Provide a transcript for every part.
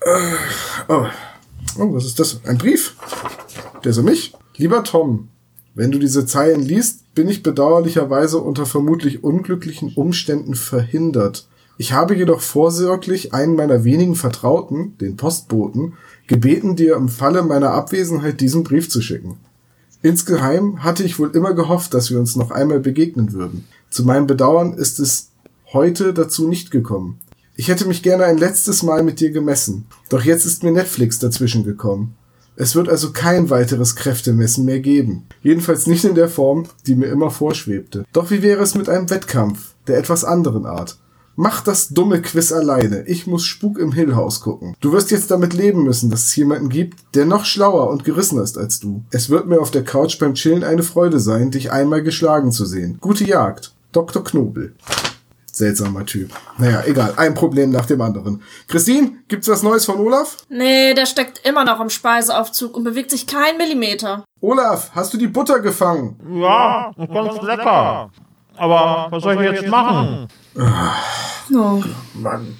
Oh, was ist das? Ein Brief? Der ist an mich? Lieber Tom, wenn du diese Zeilen liest, bin ich bedauerlicherweise unter vermutlich unglücklichen Umständen verhindert. Ich habe jedoch vorsorglich einen meiner wenigen Vertrauten, den Postboten, gebeten, dir im Falle meiner Abwesenheit diesen Brief zu schicken. Insgeheim hatte ich wohl immer gehofft, dass wir uns noch einmal begegnen würden. Zu meinem Bedauern ist es heute dazu nicht gekommen. Ich hätte mich gerne ein letztes Mal mit dir gemessen, doch jetzt ist mir Netflix dazwischen gekommen. Es wird also kein weiteres Kräftemessen mehr geben. Jedenfalls nicht in der Form, die mir immer vorschwebte. Doch wie wäre es mit einem Wettkampf, der etwas anderen Art? Mach das dumme Quiz alleine. Ich muss Spuk im Hill House gucken. Du wirst jetzt damit leben müssen, dass es jemanden gibt, der noch schlauer und gerissener ist als du. Es wird mir auf der Couch beim Chillen eine Freude sein, dich einmal geschlagen zu sehen. Gute Jagd. Dr. Knobel. Seltsamer Typ. Naja, egal. Ein Problem nach dem anderen. Christine, gibt's was Neues von Olaf? Nee, der steckt immer noch im Speiseaufzug und bewegt sich keinen Millimeter. Olaf, hast du die Butter gefangen? Ja, ganz lecker. Aber was soll ich jetzt machen? Oh. Mann.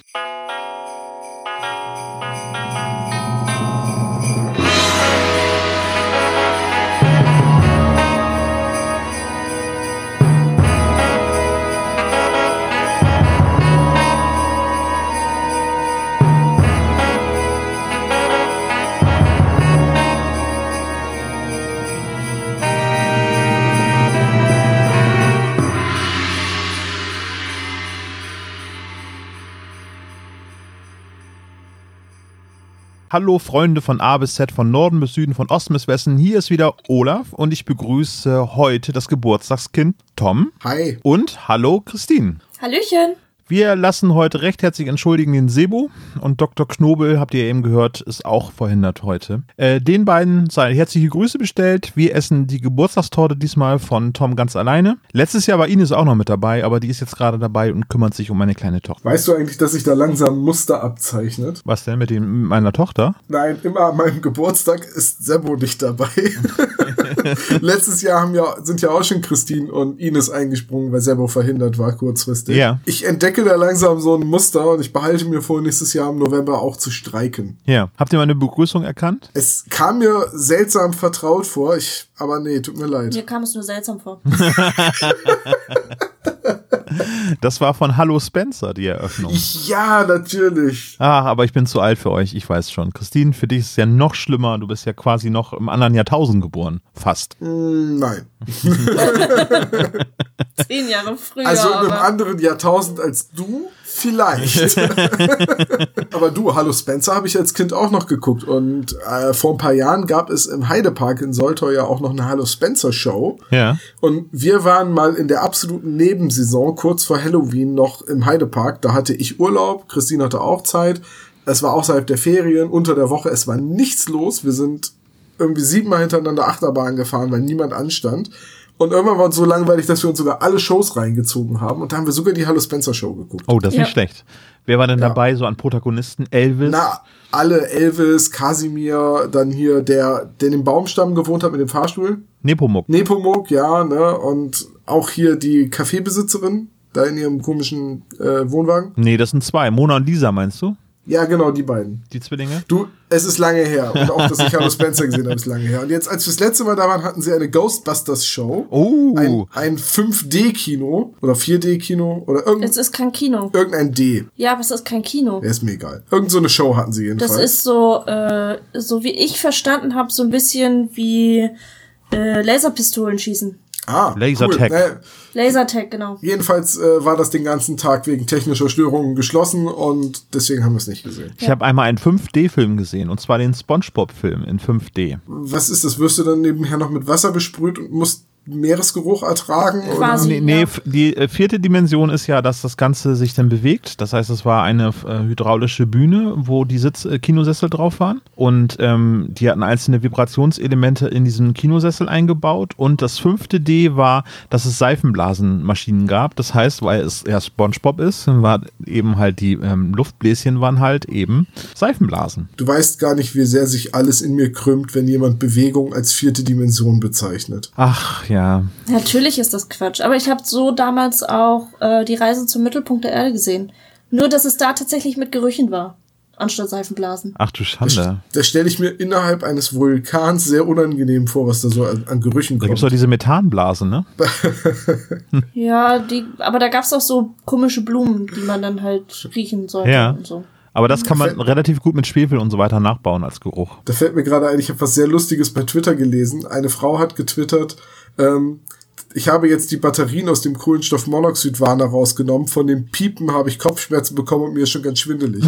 Hallo Freunde von A bis Z, von Norden bis Süden, von Osten bis Westen. Hier ist wieder Olaf und ich begrüße heute das Geburtstagskind Tom. Hi. Und hallo Christine. Hallöchen. Wir lassen heute recht herzlich entschuldigen den Sebo und Dr. Knobel, habt ihr eben gehört, ist auch verhindert heute. Den beiden seien herzliche Grüße bestellt. Wir essen die Geburtstagstorte diesmal von Tom ganz alleine. Letztes Jahr war Ines auch noch mit dabei, aber die ist jetzt gerade dabei und kümmert sich um meine kleine Tochter. Weißt du eigentlich, dass sich da langsam ein Muster abzeichnet? Was denn mit meiner Tochter? Nein, immer an meinem Geburtstag ist Sebo nicht dabei. Letztes Jahr sind ja auch schon Christine und Ines eingesprungen, weil Sebo verhindert war kurzfristig. Ja. Ich entdecke da langsam so ein Muster und ich behalte mir vor, nächstes Jahr im November auch zu streiken. Ja. Habt ihr meine Begrüßung erkannt? Es kam mir seltsam vertraut vor, aber nee, tut mir leid. Mir kam es nur seltsam vor. Das war von Hallo Spencer, die Eröffnung. Ja, natürlich. Aber ich bin zu alt für euch, ich weiß schon. Christine, für dich ist es ja noch schlimmer. Du bist ja quasi noch im anderen Jahrtausend geboren. Fast. Nein. 10 Jahre früher. Also in einem anderen Jahrtausend als du? Vielleicht. Aber du, Hallo Spencer habe ich als Kind auch noch geguckt und vor ein paar Jahren gab es im Heidepark in Soltau ja auch noch eine Hallo Spencer Show. Ja. Und wir waren mal in der absoluten Nebensaison kurz vor Halloween noch im Heidepark. Da hatte ich Urlaub, Christine hatte auch Zeit. Es war außerhalb der Ferien, unter der Woche. Es war nichts los. Wir sind irgendwie 7-mal hintereinander Achterbahn gefahren, weil niemand anstand. Und irgendwann war uns so langweilig, dass wir uns sogar alle Shows reingezogen haben. Und da haben wir sogar die Hallo Spencer Show geguckt. Oh, das ist nicht schlecht. Wer war denn dabei so an Protagonisten? Elvis? Na, alle. Elvis, Kasimir, dann hier der in dem Baumstamm gewohnt hat mit dem Fahrstuhl. Nepomuk, ja, ne. Und auch hier die Kaffeebesitzerin, da in ihrem komischen Wohnwagen. Nee, das sind 2. Mona und Lisa, meinst du? Ja, genau, die beiden. Die Zwillinge? Du, es ist lange her. Und auch, dass ich Hallo Spencer gesehen habe, ist lange her. Und jetzt, als wir das letzte Mal da waren, hatten sie eine Ghostbusters-Show. Oh. Ein 5D-Kino oder 4D-Kino oder Es ist kein Kino. irgendein D. Ja, aber es ist kein Kino. Ja, ist mir egal. Irgend so eine Show hatten sie jedenfalls. Das ist so, so wie ich verstanden habe, so ein bisschen wie Laserpistolen schießen. Lasertag. Cool. Lasertag, genau. Jedenfalls war das den ganzen Tag wegen technischer Störungen geschlossen und deswegen haben wir es nicht gesehen. Ich habe einmal einen 5D-Film gesehen, und zwar den SpongeBob-Film in 5D. Was ist das? Wirst du dann nebenher noch mit Wasser besprüht und musst Meeresgeruch ertragen? Quasi. Nee, die 4. Dimension ist ja, dass das Ganze sich dann bewegt. Das heißt, es war eine hydraulische Bühne, wo die Kinosessel drauf waren. Und die hatten einzelne Vibrationselemente in diesen Kinosessel eingebaut. Und das 5. D war, dass es Seifenblasenmaschinen gab. Das heißt, weil es ja SpongeBob ist, war eben halt die Luftbläschen waren halt eben Seifenblasen. Du weißt gar nicht, wie sehr sich alles in mir krümmt, wenn jemand Bewegung als 4. Dimension bezeichnet. Ach, ja. Natürlich ist das Quatsch. Aber ich habe so damals auch die Reise zum Mittelpunkt der Erde gesehen. Nur, dass es da tatsächlich mit Gerüchen war. anstatt Seifenblasen. Ach du Schande. Da stelle ich mir innerhalb eines Vulkans sehr unangenehm vor, was da so an Gerüchen Da kommt. gibt's doch diese Methanblasen, ne? Ja, aber da gab's auch so komische Blumen, die man dann halt riechen sollte Ja. und so. Aber das kann man relativ gut mit Schwefel und so weiter nachbauen als Geruch. Da fällt mir gerade ein, ich habe was sehr Lustiges bei Twitter gelesen. Eine Frau hat getwittert, ich habe jetzt die Batterien aus dem Kohlenstoffmonoxidwarner rausgenommen. Von dem Piepen habe ich Kopfschmerzen bekommen und mir ist schon ganz schwindelig.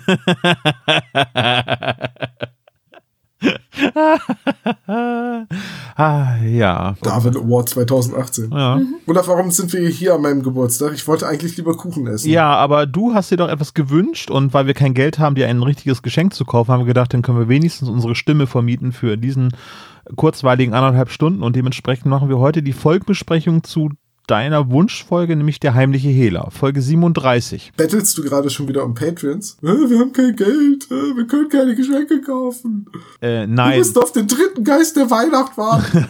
Ja. Darwin Award 2018. Ja. Oder warum sind wir hier an meinem Geburtstag? Ich wollte eigentlich lieber Kuchen essen. Ja, aber du hast dir doch etwas gewünscht und weil wir kein Geld haben, dir ein richtiges Geschenk zu kaufen, haben wir gedacht, dann können wir wenigstens unsere Stimme vermieten für diesen kurzweiligen 1,5 Stunden und dementsprechend machen wir heute die Folgebesprechung zu deiner Wunschfolge, nämlich der heimliche Hehler, Folge 37. Bettelst du gerade schon wieder um Patreons? Wir haben kein Geld, wir können keine Geschenke kaufen. Du Nein. musst auf den dritten Geist der Weihnacht warten.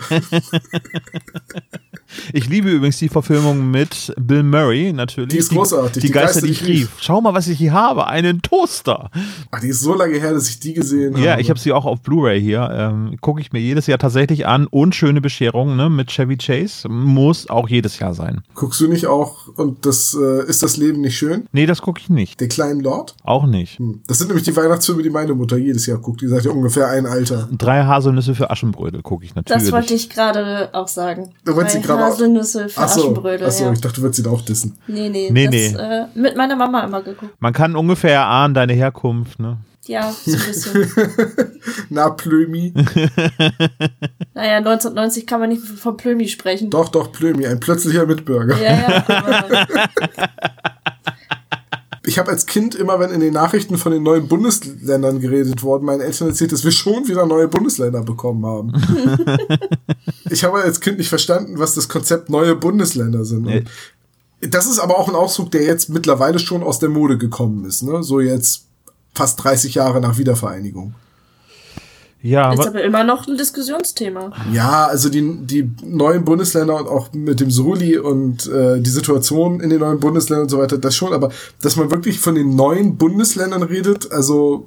Ich liebe übrigens die Verfilmung mit Bill Murray, natürlich. Die ist großartig. Die Geister, die ich rief. Schau mal, was ich hier habe, einen Toaster. Ach, die ist so lange her, dass ich die gesehen habe. Ja, ich habe sie auch auf Blu-ray hier. Gucke ich mir jedes Jahr tatsächlich an. Und schöne Bescherung, ne, mit Chevy Chase. Muss auch jedes Jahr sein. Guckst du nicht auch, und das ist das Leben nicht schön? Nee, das gucke ich nicht. Der kleinen Lord? Auch nicht. Das sind nämlich die Weihnachtsfilme, die meine Mutter jedes Jahr guckt. Die sagt ja ungefähr ein Alter. 3 Haselnüsse für Aschenbrödel gucke ich natürlich. Das wollte ich gerade auch sagen. Du wolltest sie gerade auch... Haselnüsse für Aschenbrödel. Achso, ja. ich dachte, du würdest sie da auch dissen. Nee. Mit meiner Mama immer geguckt. Man kann ungefähr erahnen, deine Herkunft, ne? Ja, so ein bisschen. Na, Plömi. Naja, 1990 kann man nicht von Plömi sprechen. Doch, Plömi, ein plötzlicher Mitbürger. Ja, aber Ich habe als Kind immer, wenn in den Nachrichten von den neuen Bundesländern geredet worden, meinen Eltern erzählt, dass wir schon wieder neue Bundesländer bekommen haben. Ich habe als Kind nicht verstanden, was das Konzept neue Bundesländer sind. Und das ist aber auch ein Ausdruck, der jetzt mittlerweile schon aus der Mode gekommen ist, ne? So jetzt fast 30 Jahre nach Wiedervereinigung. Ja, ist aber immer noch ein Diskussionsthema. Ja, also die neuen Bundesländer und auch mit dem Soli und die Situation in den neuen Bundesländern und so weiter, das schon, aber dass man wirklich von den neuen Bundesländern redet, also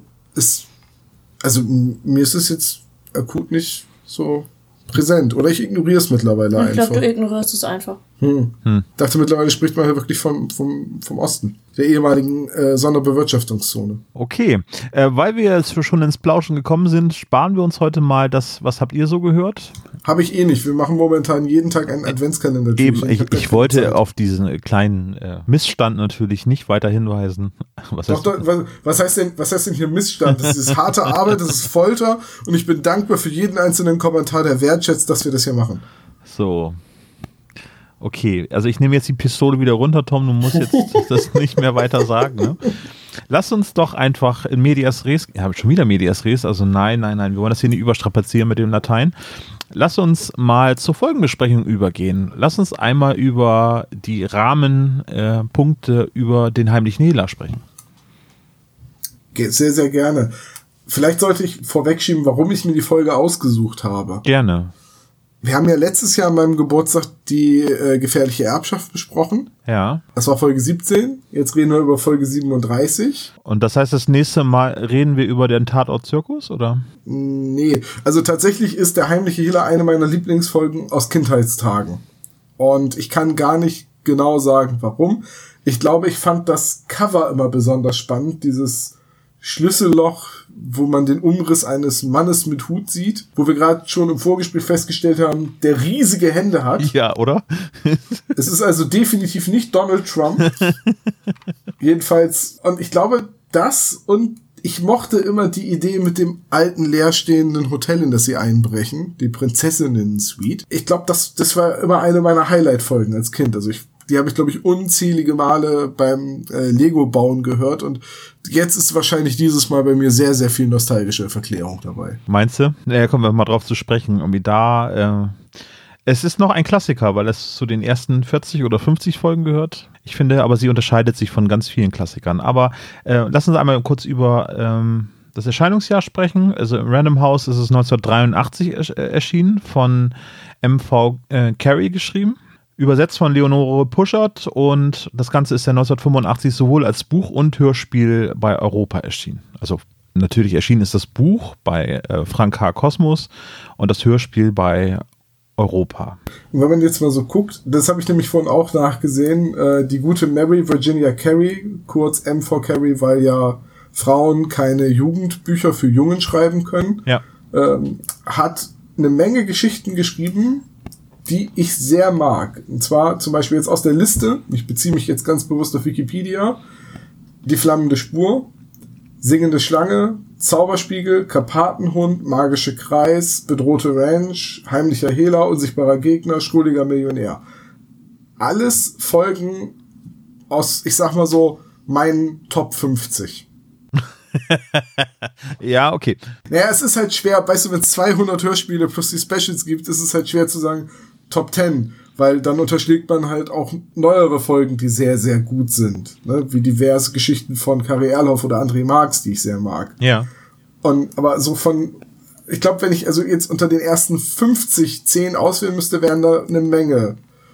mir ist es jetzt akut nicht so präsent. Oder ich ignoriere es mittlerweile einfach. Ich glaube, du ignorierst es einfach. Dachte, mittlerweile spricht man ja wirklich vom Osten, der ehemaligen Sonderbewirtschaftungszone. okay. Weil wir jetzt schon ins Plauschen gekommen sind, sparen wir uns heute mal das, was habt ihr so gehört? Habe ich eh nicht. Wir machen momentan jeden Tag einen Adventskalender. Eben, ich wollte auf diesen kleinen Missstand natürlich nicht weiter hinweisen. Was heißt denn hier Missstand? Das ist harte Arbeit, das ist Folter und ich bin dankbar für jeden einzelnen Kommentar, der wertschätzt, dass wir das hier machen. So. Okay, also ich nehme jetzt die Pistole wieder runter, Tom, du musst jetzt das nicht mehr weiter sagen, ne? Lass uns doch einfach in Medias Res, ja, schon wieder Medias Res, also nein, wir wollen das hier nicht überstrapazieren mit dem Latein. Lass uns mal zur Folgenbesprechung übergehen. Lass uns einmal über die Rahmenpunkte über den heimlichen Hehler sprechen. Sehr, sehr gerne. Vielleicht sollte ich vorwegschieben, warum ich mir die Folge ausgesucht habe. Gerne. Wir haben ja letztes Jahr an meinem Geburtstag die gefährliche Erbschaft besprochen. Ja. Das war Folge 17. Jetzt reden wir über Folge 37. Und das heißt, das nächste Mal reden wir über den Tatort-Zirkus, oder? Nee, also tatsächlich ist der heimliche Hehler eine meiner Lieblingsfolgen aus Kindheitstagen. Und ich kann gar nicht genau sagen, warum. Ich glaube, ich fand das Cover immer besonders spannend, dieses Schlüsselloch, wo man den Umriss eines Mannes mit Hut sieht, wo wir gerade schon im Vorgespräch festgestellt haben, der riesige Hände hat. Ja, oder? Es ist also definitiv nicht Donald Trump. Jedenfalls, und ich glaube, das und ich mochte immer die Idee mit dem alten leerstehenden Hotel, in das sie einbrechen, die Prinzessinnen-Suite. Ich glaube, das war immer eine meiner Highlight-Folgen als Kind. Also die habe ich, glaube ich, unzählige Male beim Lego-Bauen gehört und jetzt ist wahrscheinlich dieses Mal bei mir sehr, sehr viel nostalgische Verklärung dabei. Meinst du? Ja, kommen wir mal drauf zu sprechen. Irgendwie da, es ist noch ein Klassiker, weil es zu den ersten 40 oder 50 Folgen gehört. Ich finde, aber sie unterscheidet sich von ganz vielen Klassikern. Aber lass uns einmal kurz über das Erscheinungsjahr sprechen. Also im Random House ist es 1983 erschienen, von M.V. Carey geschrieben. Übersetzt von Leonore Puschert und das Ganze ist ja 1985 sowohl als Buch und Hörspiel bei Europa erschienen. Also natürlich erschienen ist das Buch bei Frank H. Kosmos und das Hörspiel bei Europa. Und wenn man jetzt mal so guckt, das habe ich nämlich vorhin auch nachgesehen, die gute Mary Virginia Carey, kurz MV Carey, weil ja Frauen keine Jugendbücher für Jungen schreiben können, hat eine Menge Geschichten geschrieben, die ich sehr mag. Und zwar zum Beispiel jetzt aus der Liste, ich beziehe mich jetzt ganz bewusst auf Wikipedia, Die flammende Spur, Singende Schlange, Zauberspiegel, Karpatenhund, Magische Kreis, Bedrohte Ranch, Heimlicher Hehler, Unsichtbarer Gegner, Schrulliger Millionär. Alles Folgen aus, ich sag mal so, meinen Top 50. Ja, okay. Naja, es ist halt schwer, weißt du, wenn es 200 Hörspiele plus die Specials gibt, ist es halt schwer zu sagen Top 10, weil dann unterschlägt man halt auch neuere Folgen, die sehr, sehr gut sind, ne? Wie diverse Geschichten von Kari Erloff oder André Marx, die ich sehr mag. Ja. Aber so ich glaube, wenn ich also jetzt unter den ersten 50 10 auswählen müsste, wären da eine Menge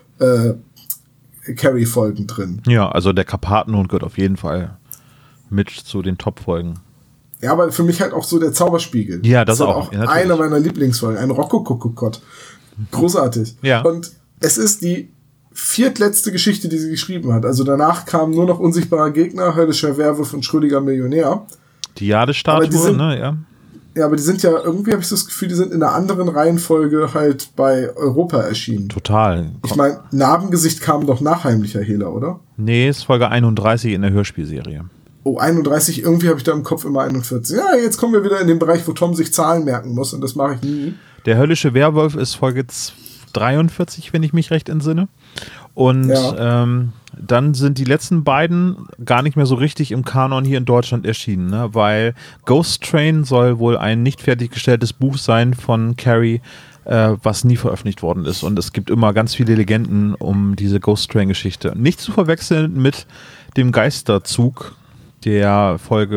Carrie-Folgen drin. Ja, also der Karpatenhund gehört auf jeden Fall mit zu den Top-Folgen. Ja, aber für mich halt auch so der Zauberspiegel. Ja, das ist auch. Ja, eine meiner Lieblingsfolgen, ein Rokokokokott. Großartig. Ja. Und es ist die viertletzte Geschichte, die sie geschrieben hat. Also danach kam nur noch Unsichtbarer Gegner, Höllischer Werwolf und Schrulliger Millionär. Die Jade-Statue, ne, ja. Ja, aber die sind ja, irgendwie habe ich so das Gefühl, die sind in einer anderen Reihenfolge halt bei Europa erschienen. Total. Ich meine, Narbengesicht kam doch nach Heimlicher Hehler, oder? Nee, ist Folge 31 in der Hörspielserie. Oh, 31, irgendwie habe ich da im Kopf immer 41. Ja, jetzt kommen wir wieder in den Bereich, wo Tom sich Zahlen merken muss und das mache ich nie. Der Höllische Werwolf ist Folge 43, wenn ich mich recht entsinne. Und dann sind die letzten beiden gar nicht mehr so richtig im Kanon hier in Deutschland erschienen, ne? Weil Ghost Train soll wohl ein nicht fertiggestelltes Buch sein von Carrie, was nie veröffentlicht worden ist. Und es gibt immer ganz viele Legenden um diese Ghost Train-Geschichte. Nicht zu verwechseln mit dem Geisterzug, der Folge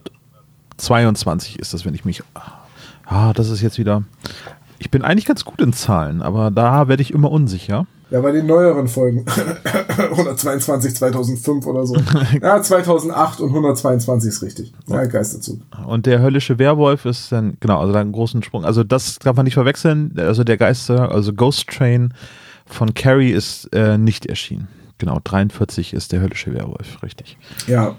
122 ist das, wenn ich mich... das ist jetzt wieder... Ich bin eigentlich ganz gut in Zahlen, aber da werde ich immer unsicher. Ja, bei den neueren Folgen. 122, 2005 oder so. Ja, 2008 und 122 ist richtig. Ja, Geisterzug. Und der Höllische Werwolf ist dann, genau, also da einen großen Sprung. Also das darf man nicht verwechseln. Also der Ghost Train von Carrie ist nicht erschienen. Genau, 43 ist der Höllische Werwolf, richtig. Ja,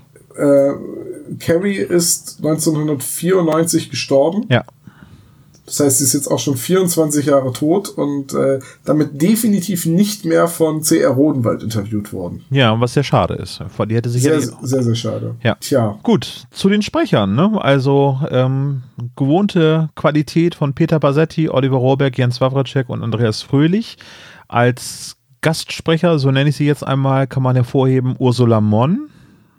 Carrie ist 1994 gestorben. Ja. Das heißt, sie ist jetzt auch schon 24 Jahre tot und damit definitiv nicht mehr von C.R. Rodenwald interviewt worden. Ja, was sehr schade ist. Die hätte sich sehr, sehr, sehr schade. Ja. Tja. Gut, zu den Sprechern, ne? Also gewohnte Qualität von Peter Bassetti, Oliver Rohrbeck, Jens Wawracek und Andreas Fröhlich. Als Gastsprecher, so nenne ich sie jetzt einmal, kann man hervorheben Ursula Monn.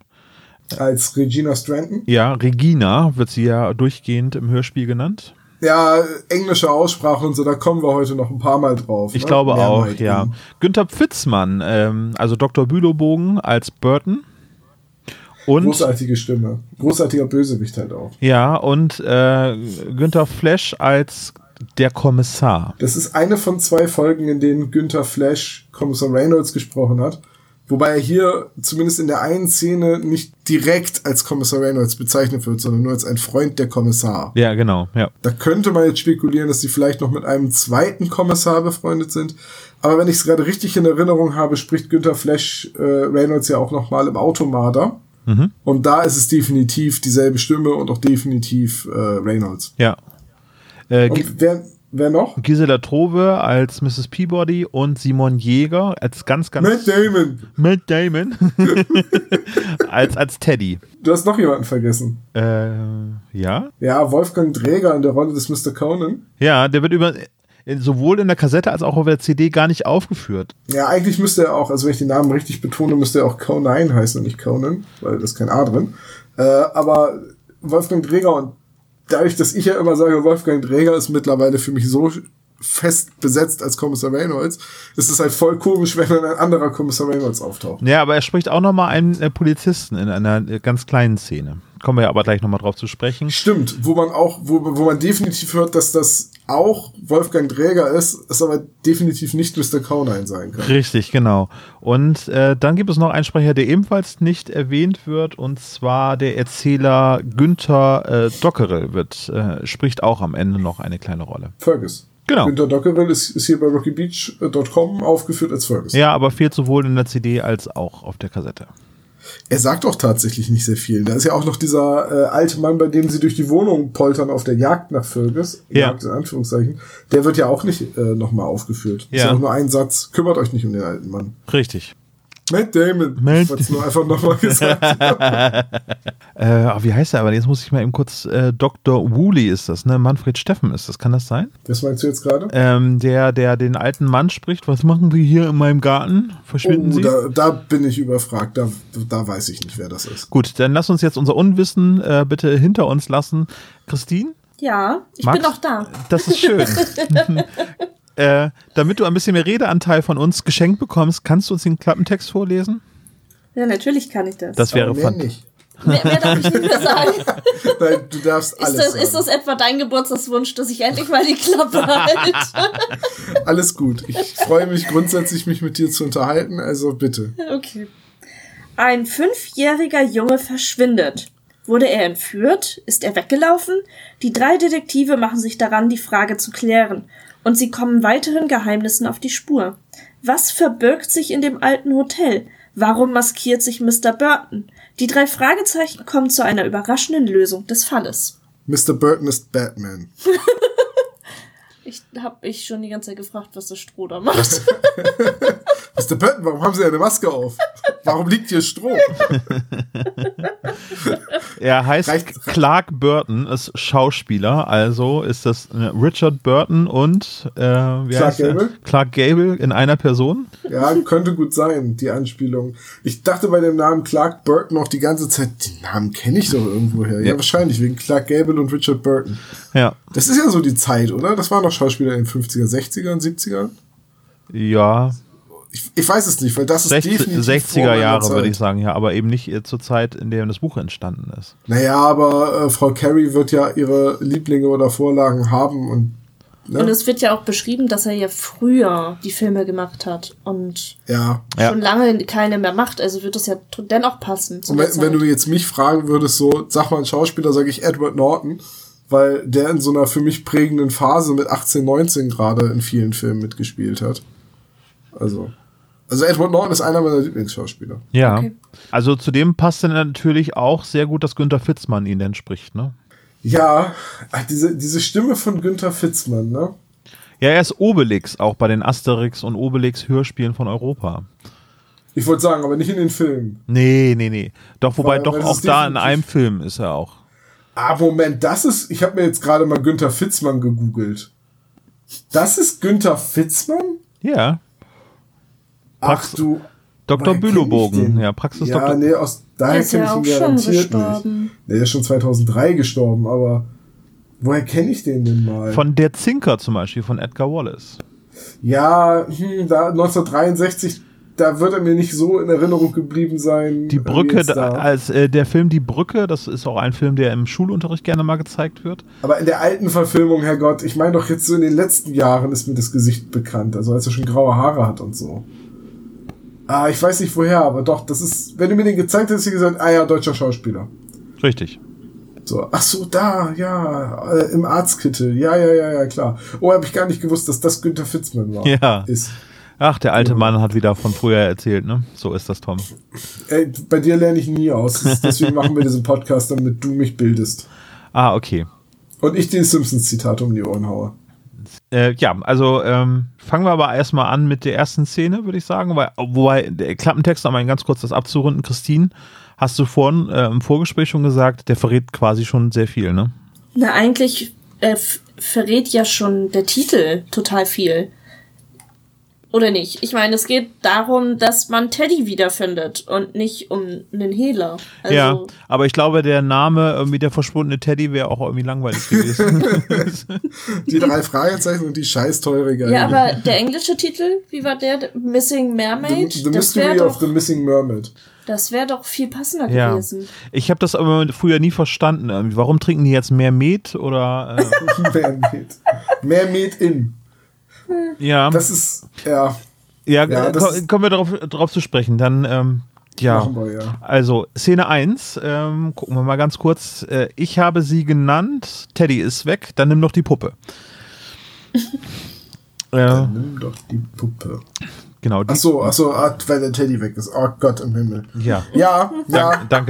Als Regina Stranton? Ja, Regina wird sie ja durchgehend im Hörspiel genannt. Ja, englische Aussprache und so, da kommen wir heute noch ein paar Mal drauf. Ich glaube auch, ja. Günther Pfitzmann, also Dr. Bülowbogen als Burton. Und, großartige Stimme. Großartiger Bösewicht halt auch. Ja, und Günther Flesch als der Kommissar. Das ist eine von 2 Folgen, in denen Günther Flesch Kommissar Reynolds gesprochen hat. Wobei er hier zumindest in der einen Szene nicht direkt als Kommissar Reynolds bezeichnet wird, sondern nur als ein Freund der Kommissar. Ja, genau. Ja. Da könnte man jetzt spekulieren, dass sie vielleicht noch mit einem zweiten Kommissar befreundet sind. Aber wenn ich es gerade richtig in Erinnerung habe, spricht Günther Flesch Reynolds ja auch nochmal im Automarder. Mhm. Und da ist es definitiv dieselbe Stimme und auch definitiv Reynolds. Ja. Und wer noch? Gisela Trove als Mrs. Peabody und Simon Jäger als ganz... Matt Damon. als Teddy. Du hast noch jemanden vergessen. Ja? Ja, Wolfgang Dräger in der Rolle des Mr. Conan. Ja, der wird sowohl in der Kassette als auch auf der CD gar nicht aufgeführt. Ja, eigentlich müsste er auch, also wenn ich den Namen richtig betone, müsste er auch Conan heißen und nicht Conan, weil da ist kein A drin. Aber Wolfgang Dräger und dadurch, dass ich ja immer sage, Wolfgang Dräger ist mittlerweile für mich so fest besetzt als Kommissar Reynolds, ist es halt voll komisch, wenn dann ein anderer Kommissar Reynolds auftaucht. Ja, aber er spricht auch nochmal einen Polizisten in einer ganz kleinen Szene. Kommen wir ja aber gleich nochmal drauf zu sprechen. Stimmt, wo man definitiv hört, dass das auch Wolfgang Dräger ist, es aber definitiv nicht Mr. Kaunine sein kann. Richtig, genau. Und dann gibt es noch einen Sprecher, der ebenfalls nicht erwähnt wird, und zwar der Erzähler Günther Dockerel spricht auch am Ende noch eine kleine Rolle. Fergus. Genau. Günther Dockerel ist hier bei rockybeach.com aufgeführt als Fergus. Ja, aber fehlt sowohl in der CD als auch auf der Kassette. Er sagt auch tatsächlich nicht sehr viel. Da ist ja auch noch dieser alte Mann, bei dem sie durch die Wohnung poltern auf der Jagd nach Fergus. Ja. Jagd in Anführungszeichen. Der wird ja auch nicht nochmal aufgeführt. Ja. Ist ja auch nur ein Satz. Kümmert euch nicht um den alten Mann. Richtig. Matt Damon. Ich wollte es nur einfach nochmal gesagt. Wie heißt er aber? Jetzt muss ich mal eben kurz, Dr. Woolley ist das, ne? Manfred Steffen ist das, kann das sein? Was meinst du jetzt gerade? Der den alten Mann spricht. Was machen Sie hier in meinem Garten? Verschwinden Sie? Da bin ich überfragt. Da weiß ich nicht, wer das ist. Gut, dann lass uns jetzt unser Unwissen bitte hinter uns lassen. Christine? Ja, ich Max? bin auch da. Das ist schön. Damit du ein bisschen mehr Redeanteil von uns geschenkt bekommst, kannst du uns den Klappentext vorlesen? Ja, natürlich kann ich das. Das wäre mehr nicht. Mehr darf ich nicht mehr sagen. Nein, du darfst alles sagen. Ist das etwa dein Geburtstagswunsch, dass ich endlich mal die Klappe halte? Alles gut. Ich freue mich grundsätzlich, mich mit dir zu unterhalten, also bitte. Okay. Ein 5-jähriger Junge verschwindet. Wurde er entführt? Ist er weggelaufen? Die 3 Detektive machen sich daran, die Frage zu klären. Und sie kommen weiteren Geheimnissen auf die Spur. Was verbirgt sich in dem alten Hotel? Warum maskiert sich Mr. Burton? Die 3 Fragezeichen kommen zu einer überraschenden Lösung des Falles. Mr. Burton ist Batman. Ich habe mich schon die ganze Zeit gefragt, was das Stroh da macht. Mr. Burton, warum haben Sie eine Maske auf? Warum liegt hier Stroh? Er heißt Clark Burton, ist Schauspieler, also ist das Richard Burton und Clark Gable in einer Person. Ja, könnte gut sein, die Anspielung. Ich dachte bei dem Namen Clark Burton auch die ganze Zeit, den Namen kenne ich doch irgendwoher. Ja, wahrscheinlich, wegen Clark Gable und Richard Burton. Ja. Das ist ja so die Zeit, oder? Das waren noch Schauspieler in den 50er, 60er, 70er? Ja. Ich weiß es nicht, weil das ist definitiv 60er Jahre, würde ich sagen, ja, aber eben nicht zur Zeit, in der das Buch entstanden ist. Naja, aber Frau Carey wird ja ihre Lieblinge oder Vorlagen haben und ne? Und es wird ja auch beschrieben, dass er ja früher die Filme gemacht hat und schon lange keine mehr macht, also wird das ja dennoch passen. Und wenn du jetzt mich fragen würdest, so, sag mal einen Schauspieler, sage ich Edward Norton, weil der in so einer für mich prägenden Phase mit 18, 19 gerade in vielen Filmen mitgespielt hat. Also Edward Norton ist einer meiner Lieblingsschauspieler. Ja, okay. Also zudem passt dann natürlich auch sehr gut, dass Günther Fitzmann ihn entspricht, ne? Ja, diese Stimme von Günther Fitzmann, ne? Ja, er ist Obelix, auch bei den Asterix und Obelix Hörspielen von Europa. Ich wollte sagen, aber nicht in den Filmen. Nee. Doch, wobei doch auch da in einem Film ist er auch. Moment, ich habe mir jetzt gerade mal Günther Fitzmann gegoogelt. Das ist Günther Fitzmann? Ja. Ach du... Dr. Bülowbogen, ja, Praxis ja, Dr. Nee, daher kenne ich ihn garantiert nicht. Nee, der ist schon 2003 gestorben, aber woher kenne ich den denn mal? Von Der Zinker zum Beispiel, von Edgar Wallace. Ja, da 1963, da wird er mir nicht so in Erinnerung geblieben sein. Die Brücke, der Film Die Brücke, das ist auch ein Film, der im Schulunterricht gerne mal gezeigt wird. Aber in der alten Verfilmung, Herrgott, ich meine doch jetzt so in den letzten Jahren ist mir das Gesicht bekannt, also als er schon graue Haare hat und so. Ich weiß nicht woher, aber doch, das ist, wenn du mir den gezeigt hast, hast du gesagt, ja, deutscher Schauspieler. Richtig. So, ach so, da, ja, im Arztkittel, ja, klar. Oh, habe ich gar nicht gewusst, dass das Günther Fitzmann war. Ja. Ach, der alte Mann hat wieder von früher erzählt, ne? So ist das, Tom. Ey, bei dir lerne ich nie aus. Deswegen machen wir diesen Podcast, damit du mich bildest. Okay. Und ich die Simpsons-Zitate um die Ohren haue. Fangen wir aber erstmal an mit der ersten Szene, würde ich sagen. Wobei, der Klappentext, um ganz kurz das abzurunden, Christine, hast du vorhin im Vorgespräch schon gesagt, der verrät quasi schon sehr viel, ne? Na, eigentlich verrät ja schon der Titel total viel. Oder nicht? Ich meine, es geht darum, dass man Teddy wiederfindet und nicht um einen Hehler. Also, ja, aber ich glaube, der Name irgendwie der verschwundene Teddy wäre auch irgendwie langweilig gewesen. Die 3 Fragezeichen und die scheiß teure Geige. Ja, aber der englische Titel, wie war der? Missing Mermaid? The Mystery of the Missing Mermaid. Das wäre doch viel passender gewesen. Ich habe das aber früher nie verstanden. Irgendwie. Warum trinken die jetzt mehr Met oder? Mehr Met in. Ja. Das ist, ja. Ja, kommen wir darauf zu sprechen. Dann, Machen wir, ja. Also, Szene 1, gucken wir mal ganz kurz. Ich habe sie genannt, Teddy ist weg, dann nimm doch die Puppe. Dann nimm doch die Puppe. Genau. Ach so, weil der Teddy weg ist. Oh Gott im Himmel. Ja. Ja. Danke.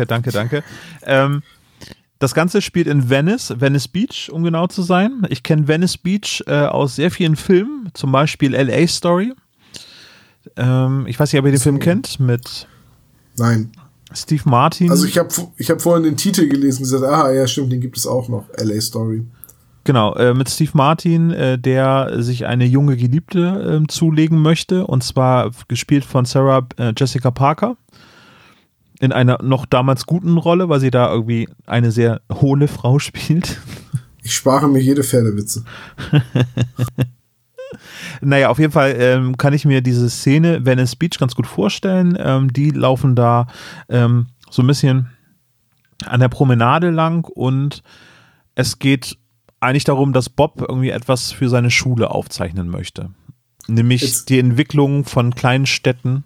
Das Ganze spielt in Venice Beach, um genau zu sein. Ich kenne Venice Beach aus sehr vielen Filmen, zum Beispiel LA Story. Ich weiß nicht, ob ihr den Film kennt, mit Nein. Steve Martin. Also ich hab vorhin den Titel gelesen und gesagt, ja stimmt, den gibt es auch noch, LA Story. Genau, mit Steve Martin, der sich eine junge Geliebte zulegen möchte, und zwar gespielt von Sarah Jessica Parker. In einer noch damals guten Rolle, weil sie da irgendwie eine sehr hohle Frau spielt. Ich spare mir jede Pferdewitze. Naja, auf jeden Fall kann ich mir diese Szene Venice Beach ganz gut vorstellen. Die laufen da so ein bisschen an der Promenade lang und es geht eigentlich darum, dass Bob irgendwie etwas für seine Schule aufzeichnen möchte. Nämlich die Entwicklung von kleinen Städten.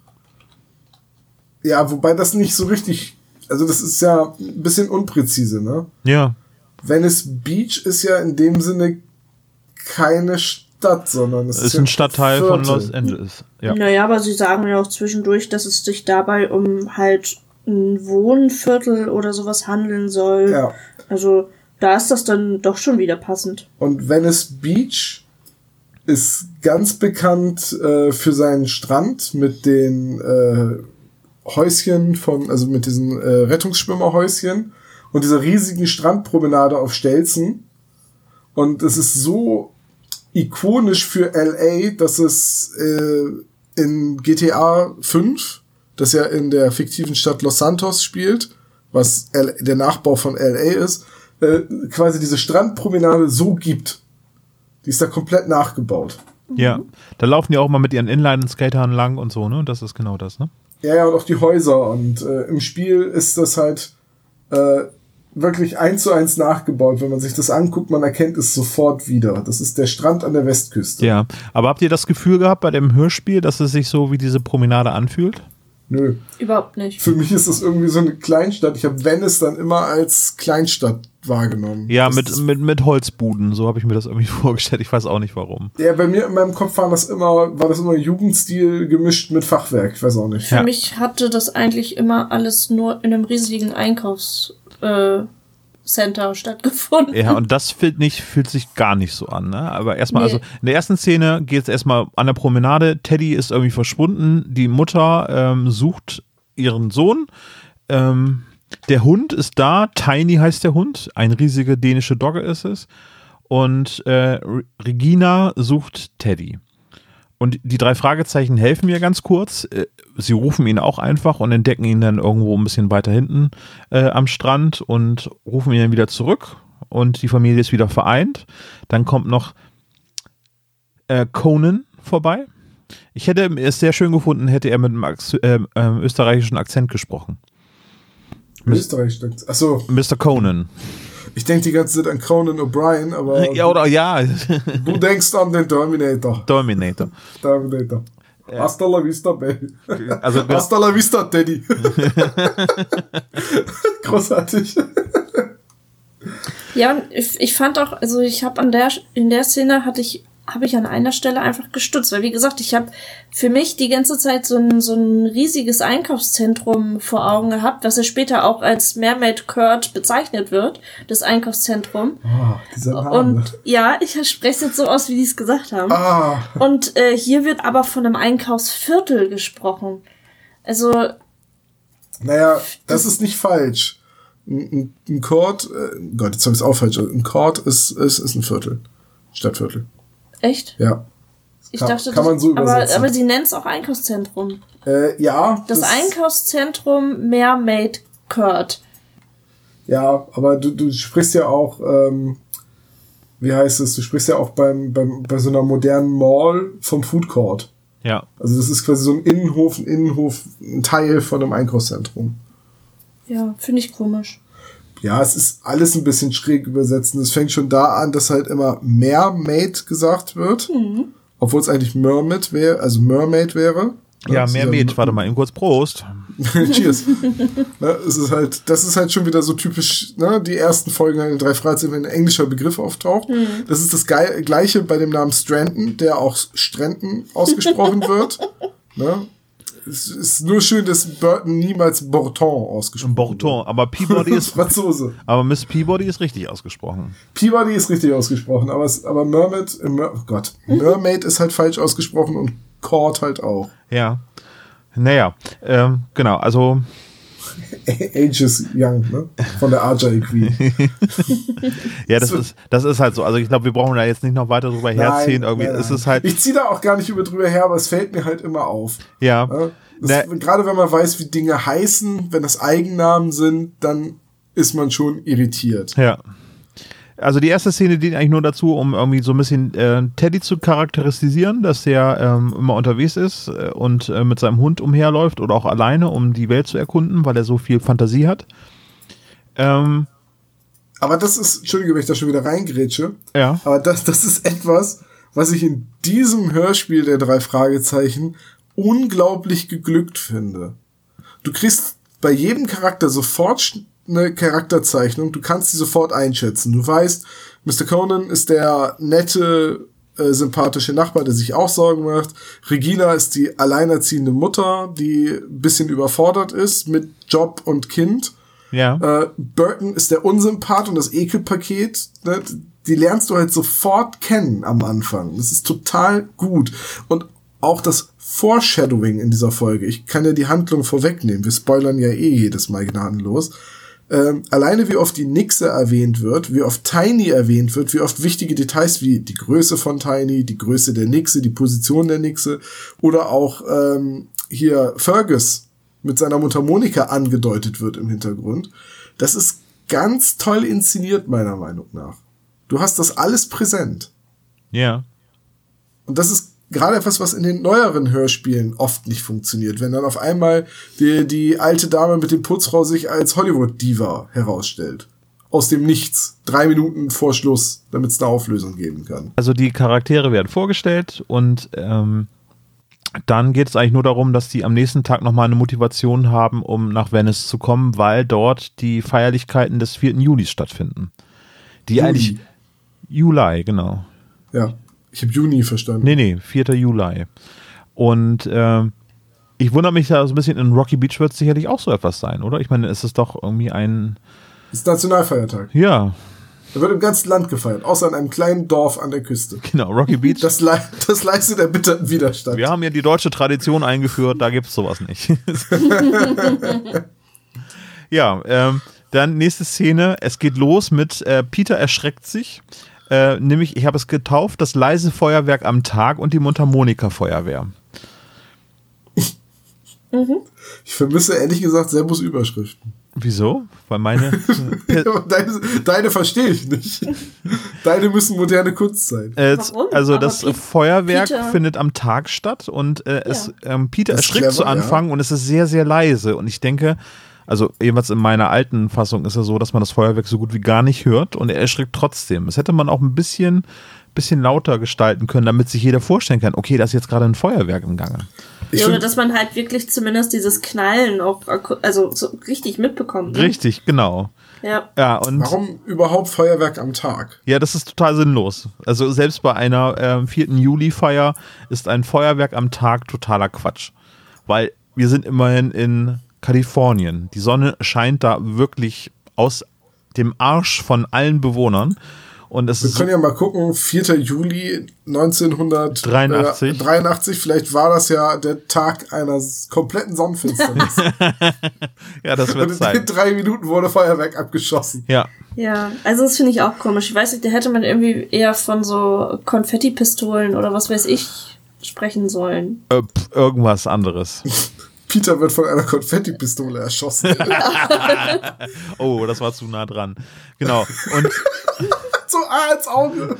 Ja, wobei das nicht so richtig, also das ist ja ein bisschen unpräzise, ne? Ja. Venice Beach ist ja in dem Sinne keine Stadt, sondern es ist ein Stadtteil von Los Angeles. Ja. Naja, aber sie sagen ja auch zwischendurch, dass es sich dabei um halt ein Wohnviertel oder sowas handeln soll. Ja. Also da ist das dann doch schon wieder passend. Und Venice Beach ist ganz bekannt für seinen Strand mit den Häuschen also mit diesen Rettungsschwimmerhäuschen und dieser riesigen Strandpromenade auf Stelzen. Und es ist so ikonisch für LA, dass es in GTA 5, das ja in der fiktiven Stadt Los Santos spielt, was der Nachbau von LA ist, quasi diese Strandpromenade so gibt. Die ist da komplett nachgebaut. Ja, da laufen die auch mal mit ihren Inline-Skatern lang und so, ne? Das ist genau das, ne? Ja, und auch die Häuser. Und im Spiel ist das halt wirklich 1:1 nachgebaut. Wenn man sich das anguckt, man erkennt es sofort wieder. Das ist der Strand an der Westküste. Ja, aber habt ihr das Gefühl gehabt bei dem Hörspiel, dass es sich so wie diese Promenade anfühlt? Nö. Überhaupt nicht. Für mich ist das irgendwie so eine Kleinstadt. Ich habe Venice dann immer als Kleinstadt wahrgenommen. Ja, mit Holzbuden, so habe ich mir das irgendwie vorgestellt. Ich weiß auch nicht warum. Ja, bei mir in meinem Kopf war das immer Jugendstil gemischt mit Fachwerk. Ich weiß auch nicht. Für mich hatte das eigentlich immer alles nur in einem riesigen Einkaufscenter stattgefunden. Ja, und das fühlt sich gar nicht so an, ne? Aber erstmal, also in der ersten Szene geht es erstmal an der Promenade. Teddy ist irgendwie verschwunden. Die Mutter sucht ihren Sohn. Der Hund ist da. Tiny heißt der Hund. Ein riesiger dänische Dogge ist es. Und Regina sucht Teddy. Und die 3 Fragezeichen helfen mir ganz kurz. Sie rufen ihn auch einfach und entdecken ihn dann irgendwo ein bisschen weiter hinten am Strand und rufen ihn dann wieder zurück. Und die Familie ist wieder vereint. Dann kommt noch Conan vorbei. Ich hätte es sehr schön gefunden, hätte er mit einem österreichischen Akzent gesprochen. Österreich, achso. Mr. Conan. Ich denke die ganze Zeit an Conan O'Brien, aber ja. Du denkst an den Terminator. Terminator. Hasta la vista, baby. Also, Hasta la vista, Teddy. Großartig. Ja, und ich fand auch, also ich habe in der Szene habe ich an einer Stelle einfach gestutzt, weil wie gesagt, ich habe für mich die ganze Zeit so ein riesiges Einkaufszentrum vor Augen gehabt, was ja später auch als Mermaid Court bezeichnet wird, das Einkaufszentrum. Dieser Name. Und ja, ich spreche es jetzt so aus, wie die es gesagt haben. Und hier wird aber von einem Einkaufsviertel gesprochen. Also naja, das ist nicht falsch. Ein Court, Gott, jetzt habe ich es auch falsch. Ein Court ist ein Viertel. Stadtviertel. echt? Ja. Ich dachte, kann man so übersetzen. Aber sie nennt es auch Einkaufszentrum. Ja. Das Einkaufszentrum Mermaid Court. Ja, aber du sprichst ja auch, wie heißt es, du sprichst ja auch bei so einer modernen Mall vom Food Court. Ja. Also das ist quasi so ein Innenhof, ein Teil von einem Einkaufszentrum. Ja, finde ich komisch. Ja, es ist alles ein bisschen schräg übersetzt. Es fängt schon da an, dass halt immer Mermaid gesagt wird. Obwohl es eigentlich Mermaid wäre. Ja, Mermaid. Warte mal, eben kurz Prost. Cheers. Das ist halt schon wieder so typisch, ne? Die ersten Folgen in den 3 Fragezeichen, wenn ein englischer Begriff auftaucht. Das ist das Gleiche bei dem Namen Stranton, der auch Strenton ausgesprochen wird. Ne? Es ist nur schön, dass Burton niemals Borton ausgesprochen wird. Borton, aber Peabody ist Franzose. Aber Miss Peabody ist richtig ausgesprochen. Peabody ist richtig ausgesprochen, aber Mermaid ist halt falsch ausgesprochen und Court halt auch. Ja. Naja, genau, also Ages Young, ne? Von der Archer Queen. Ja, das ist halt so. Also ich glaube, wir brauchen da jetzt nicht noch weiter drüber herziehen. Irgendwie ist es halt. Ich ziehe da auch gar nicht drüber her, aber es fällt mir halt immer auf. Ja. Gerade wenn man weiß, wie Dinge heißen, wenn das Eigennamen sind, dann ist man schon irritiert. Ja. Also die erste Szene dient eigentlich nur dazu, um irgendwie so ein bisschen Teddy zu charakterisieren, dass der immer unterwegs ist und mit seinem Hund umherläuft oder auch alleine, um die Welt zu erkunden, weil er so viel Fantasie hat. Aber das ist, Entschuldige, wenn ich da schon wieder reingrätsche, ja. Aber das ist etwas, was ich in diesem Hörspiel der 3 Fragezeichen unglaublich geglückt finde. Du kriegst bei jedem Charakter sofort eine Charakterzeichnung, du kannst sie sofort einschätzen. Du weißt, Mr. Conan ist der nette, sympathische Nachbar, der sich auch Sorgen macht. Regina ist die alleinerziehende Mutter, die ein bisschen überfordert ist mit Job und Kind. Ja. Burton ist der Unsympath und das Ekelpaket. Ne? Die lernst du halt sofort kennen am Anfang. Das ist total gut. Und auch das Foreshadowing in dieser Folge. Ich kann ja die Handlung vorwegnehmen. Wir spoilern ja jedes Mal gnadenlos. Alleine wie oft die Nixe erwähnt wird, wie oft Tiny erwähnt wird, wie oft wichtige Details wie die Größe von Tiny, die Größe der Nixe, die Position der Nixe oder auch hier Fergus mit seiner Mundharmonika angedeutet wird im Hintergrund. Das ist ganz toll inszeniert, meiner Meinung nach. Du hast das alles präsent. Ja. Und das ist gerade etwas, was in den neueren Hörspielen oft nicht funktioniert, wenn dann auf einmal die alte Dame mit dem Putzfrau sich als Hollywood-Diva herausstellt. Aus dem Nichts. 3 Minuten vor Schluss, damit es eine Auflösung geben kann. Also die Charaktere werden vorgestellt und dann geht es eigentlich nur darum, dass die am nächsten Tag nochmal eine Motivation haben, um nach Venice zu kommen, weil dort die Feierlichkeiten des 4. Juli stattfinden. Die Juli. eigentlich Juli, genau. Ja. Ich habe Juni verstanden. Nee, 4. Juli. Und ich wundere mich da so ein bisschen, in Rocky Beach wird es sicherlich auch so etwas sein, oder? Ich meine, es ist doch irgendwie ein... Das ist Nationalfeiertag. Ja. Da wird im ganzen Land gefeiert, außer in einem kleinen Dorf an der Küste. Genau, Rocky Beach. Das leistet erbitterten Widerstand. Wir haben ja die deutsche Tradition eingeführt, da gibt es sowas nicht. Ja, dann nächste Szene. Es geht los mit Peter erschreckt sich. Nämlich, ich habe es getauft, das leise Feuerwerk am Tag und die Mundharmonika-Feuerwehr. Ich vermisse ehrlich gesagt Sebos Überschriften. Wieso? Weil meine... Deine verstehe ich nicht. Deine müssen moderne Kunst sein. Warum? Also Aber das Feuerwerk Peter findet am Tag statt und Peter Das ist erschrickt zu clever, Anfang und es ist sehr, sehr leise. Und ich denke, also jedenfalls in meiner alten Fassung ist es so, dass man das Feuerwerk so gut wie gar nicht hört und er erschrickt trotzdem. Das hätte man auch ein bisschen lauter gestalten können, damit sich jeder vorstellen kann, okay, da ist jetzt gerade ein Feuerwerk im Gange. Ja, oder dass man halt wirklich zumindest dieses Knallen auch so richtig mitbekommt. Ne? Richtig, genau. Ja. Und warum überhaupt Feuerwerk am Tag? Ja, das ist total sinnlos. Also selbst bei einer 4. Juli-Feier ist ein Feuerwerk am Tag totaler Quatsch. Weil wir sind immerhin in Kalifornien. Die Sonne scheint da wirklich aus dem Arsch von allen Bewohnern. Und es Wir können ja mal gucken, 4. Juli 1983, vielleicht war das ja der Tag einer kompletten Sonnenfinsternis. Ja, das wird sein. Und in 3 Minuten wurde Feuerwerk abgeschossen. Ja. Ja, also das finde ich auch komisch. Ich weiß nicht, da hätte man irgendwie eher von so Konfettipistolen oder was weiß ich sprechen sollen. Irgendwas anderes. Peter wird von einer Konfettipistole erschossen. Oh, das war zu nah dran. Genau. Und so ins Auge.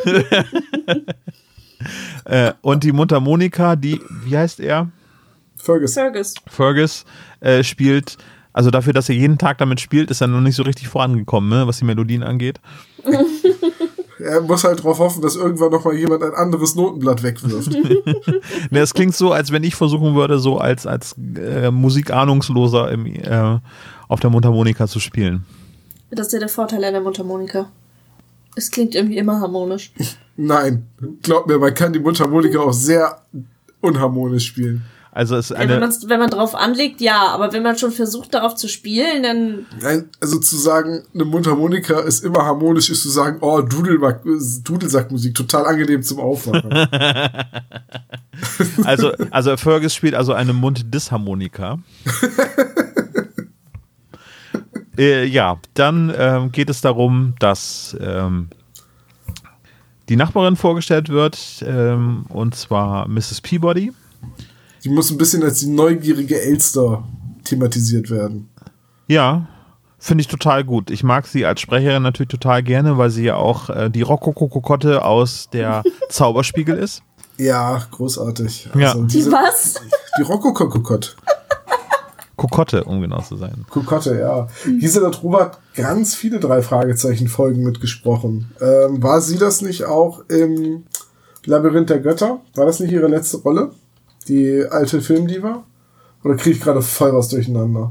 und die Mundharmonika, wie heißt er? Fergus spielt, also dafür, dass er jeden Tag damit spielt, ist er noch nicht so richtig vorangekommen, ne, was die Melodien angeht. Er muss halt darauf hoffen, dass irgendwann nochmal jemand ein anderes Notenblatt wegwirft. Ne, es klingt so, als wenn ich versuchen würde, so als Musikahnungsloser auf der Mundharmonika zu spielen. Das ist ja der Vorteil an der Mundharmonika. Es klingt irgendwie immer harmonisch. Nein, glaub mir, man kann die Mundharmonika auch sehr unharmonisch spielen. Also es ist wenn man drauf anlegt, ja, aber wenn man schon versucht, darauf zu spielen, dann... Nein, also zu sagen, eine Mundharmonika ist immer harmonisch, ist zu sagen, oh, Dudelsackmusik, total angenehm zum Aufwachen. Also Fergus spielt also eine Munddisharmonika. Ja, dann geht es darum, dass die Nachbarin vorgestellt wird, und zwar Mrs. Peabody. Die muss ein bisschen als die neugierige Elster thematisiert werden. Ja, finde ich total gut. Ich mag sie als Sprecherin natürlich total gerne, weil sie ja auch die Rokoko-Kokotte aus der Zauberspiegel ist. Ja, großartig. Ja. Also die was? Die Rokoko-Kokotte. Kokotte, um genau zu sein. Kokotte, ja. Gisela Truber hat ganz viele 3-Fragezeichen-Folgen mitgesprochen. War sie das nicht auch im Labyrinth der Götter? War das nicht ihre letzte Rolle? Die alte Filmdiva? Oder kriege ich gerade voll was durcheinander?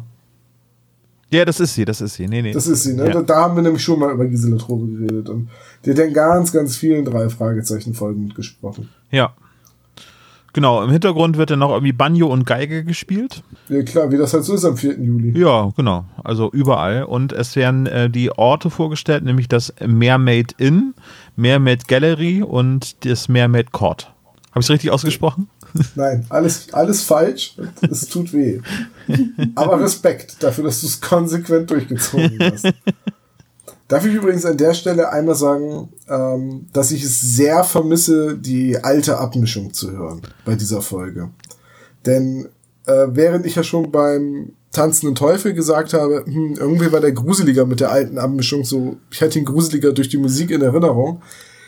Ja, das ist sie. Nee. Das ist sie, ne? Ja. Da haben wir nämlich schon mal über Gisela Truber geredet. Und die hat in ganz, ganz vielen 3-Fragezeichen-Folgen mitgesprochen. Ja. Genau, im Hintergrund wird dann noch irgendwie Banjo und Geige gespielt. Ja klar, wie das halt so ist am 4. Juli. Ja, genau. Also überall. Und es werden die Orte vorgestellt, nämlich das Mermaid Inn, Mermaid Gallery und das Mermaid Court. Habe ich es richtig ausgesprochen? Nein, alles falsch. Es tut weh. Aber Respekt dafür, dass du es konsequent durchgezogen hast. Darf ich übrigens an der Stelle einmal sagen, dass ich es sehr vermisse, die alte Abmischung zu hören bei dieser Folge. Denn während ich ja schon beim Tanzenden Teufel gesagt habe, irgendwie war der gruseliger mit der alten Abmischung so, ich hatte ihn gruseliger durch die Musik in Erinnerung.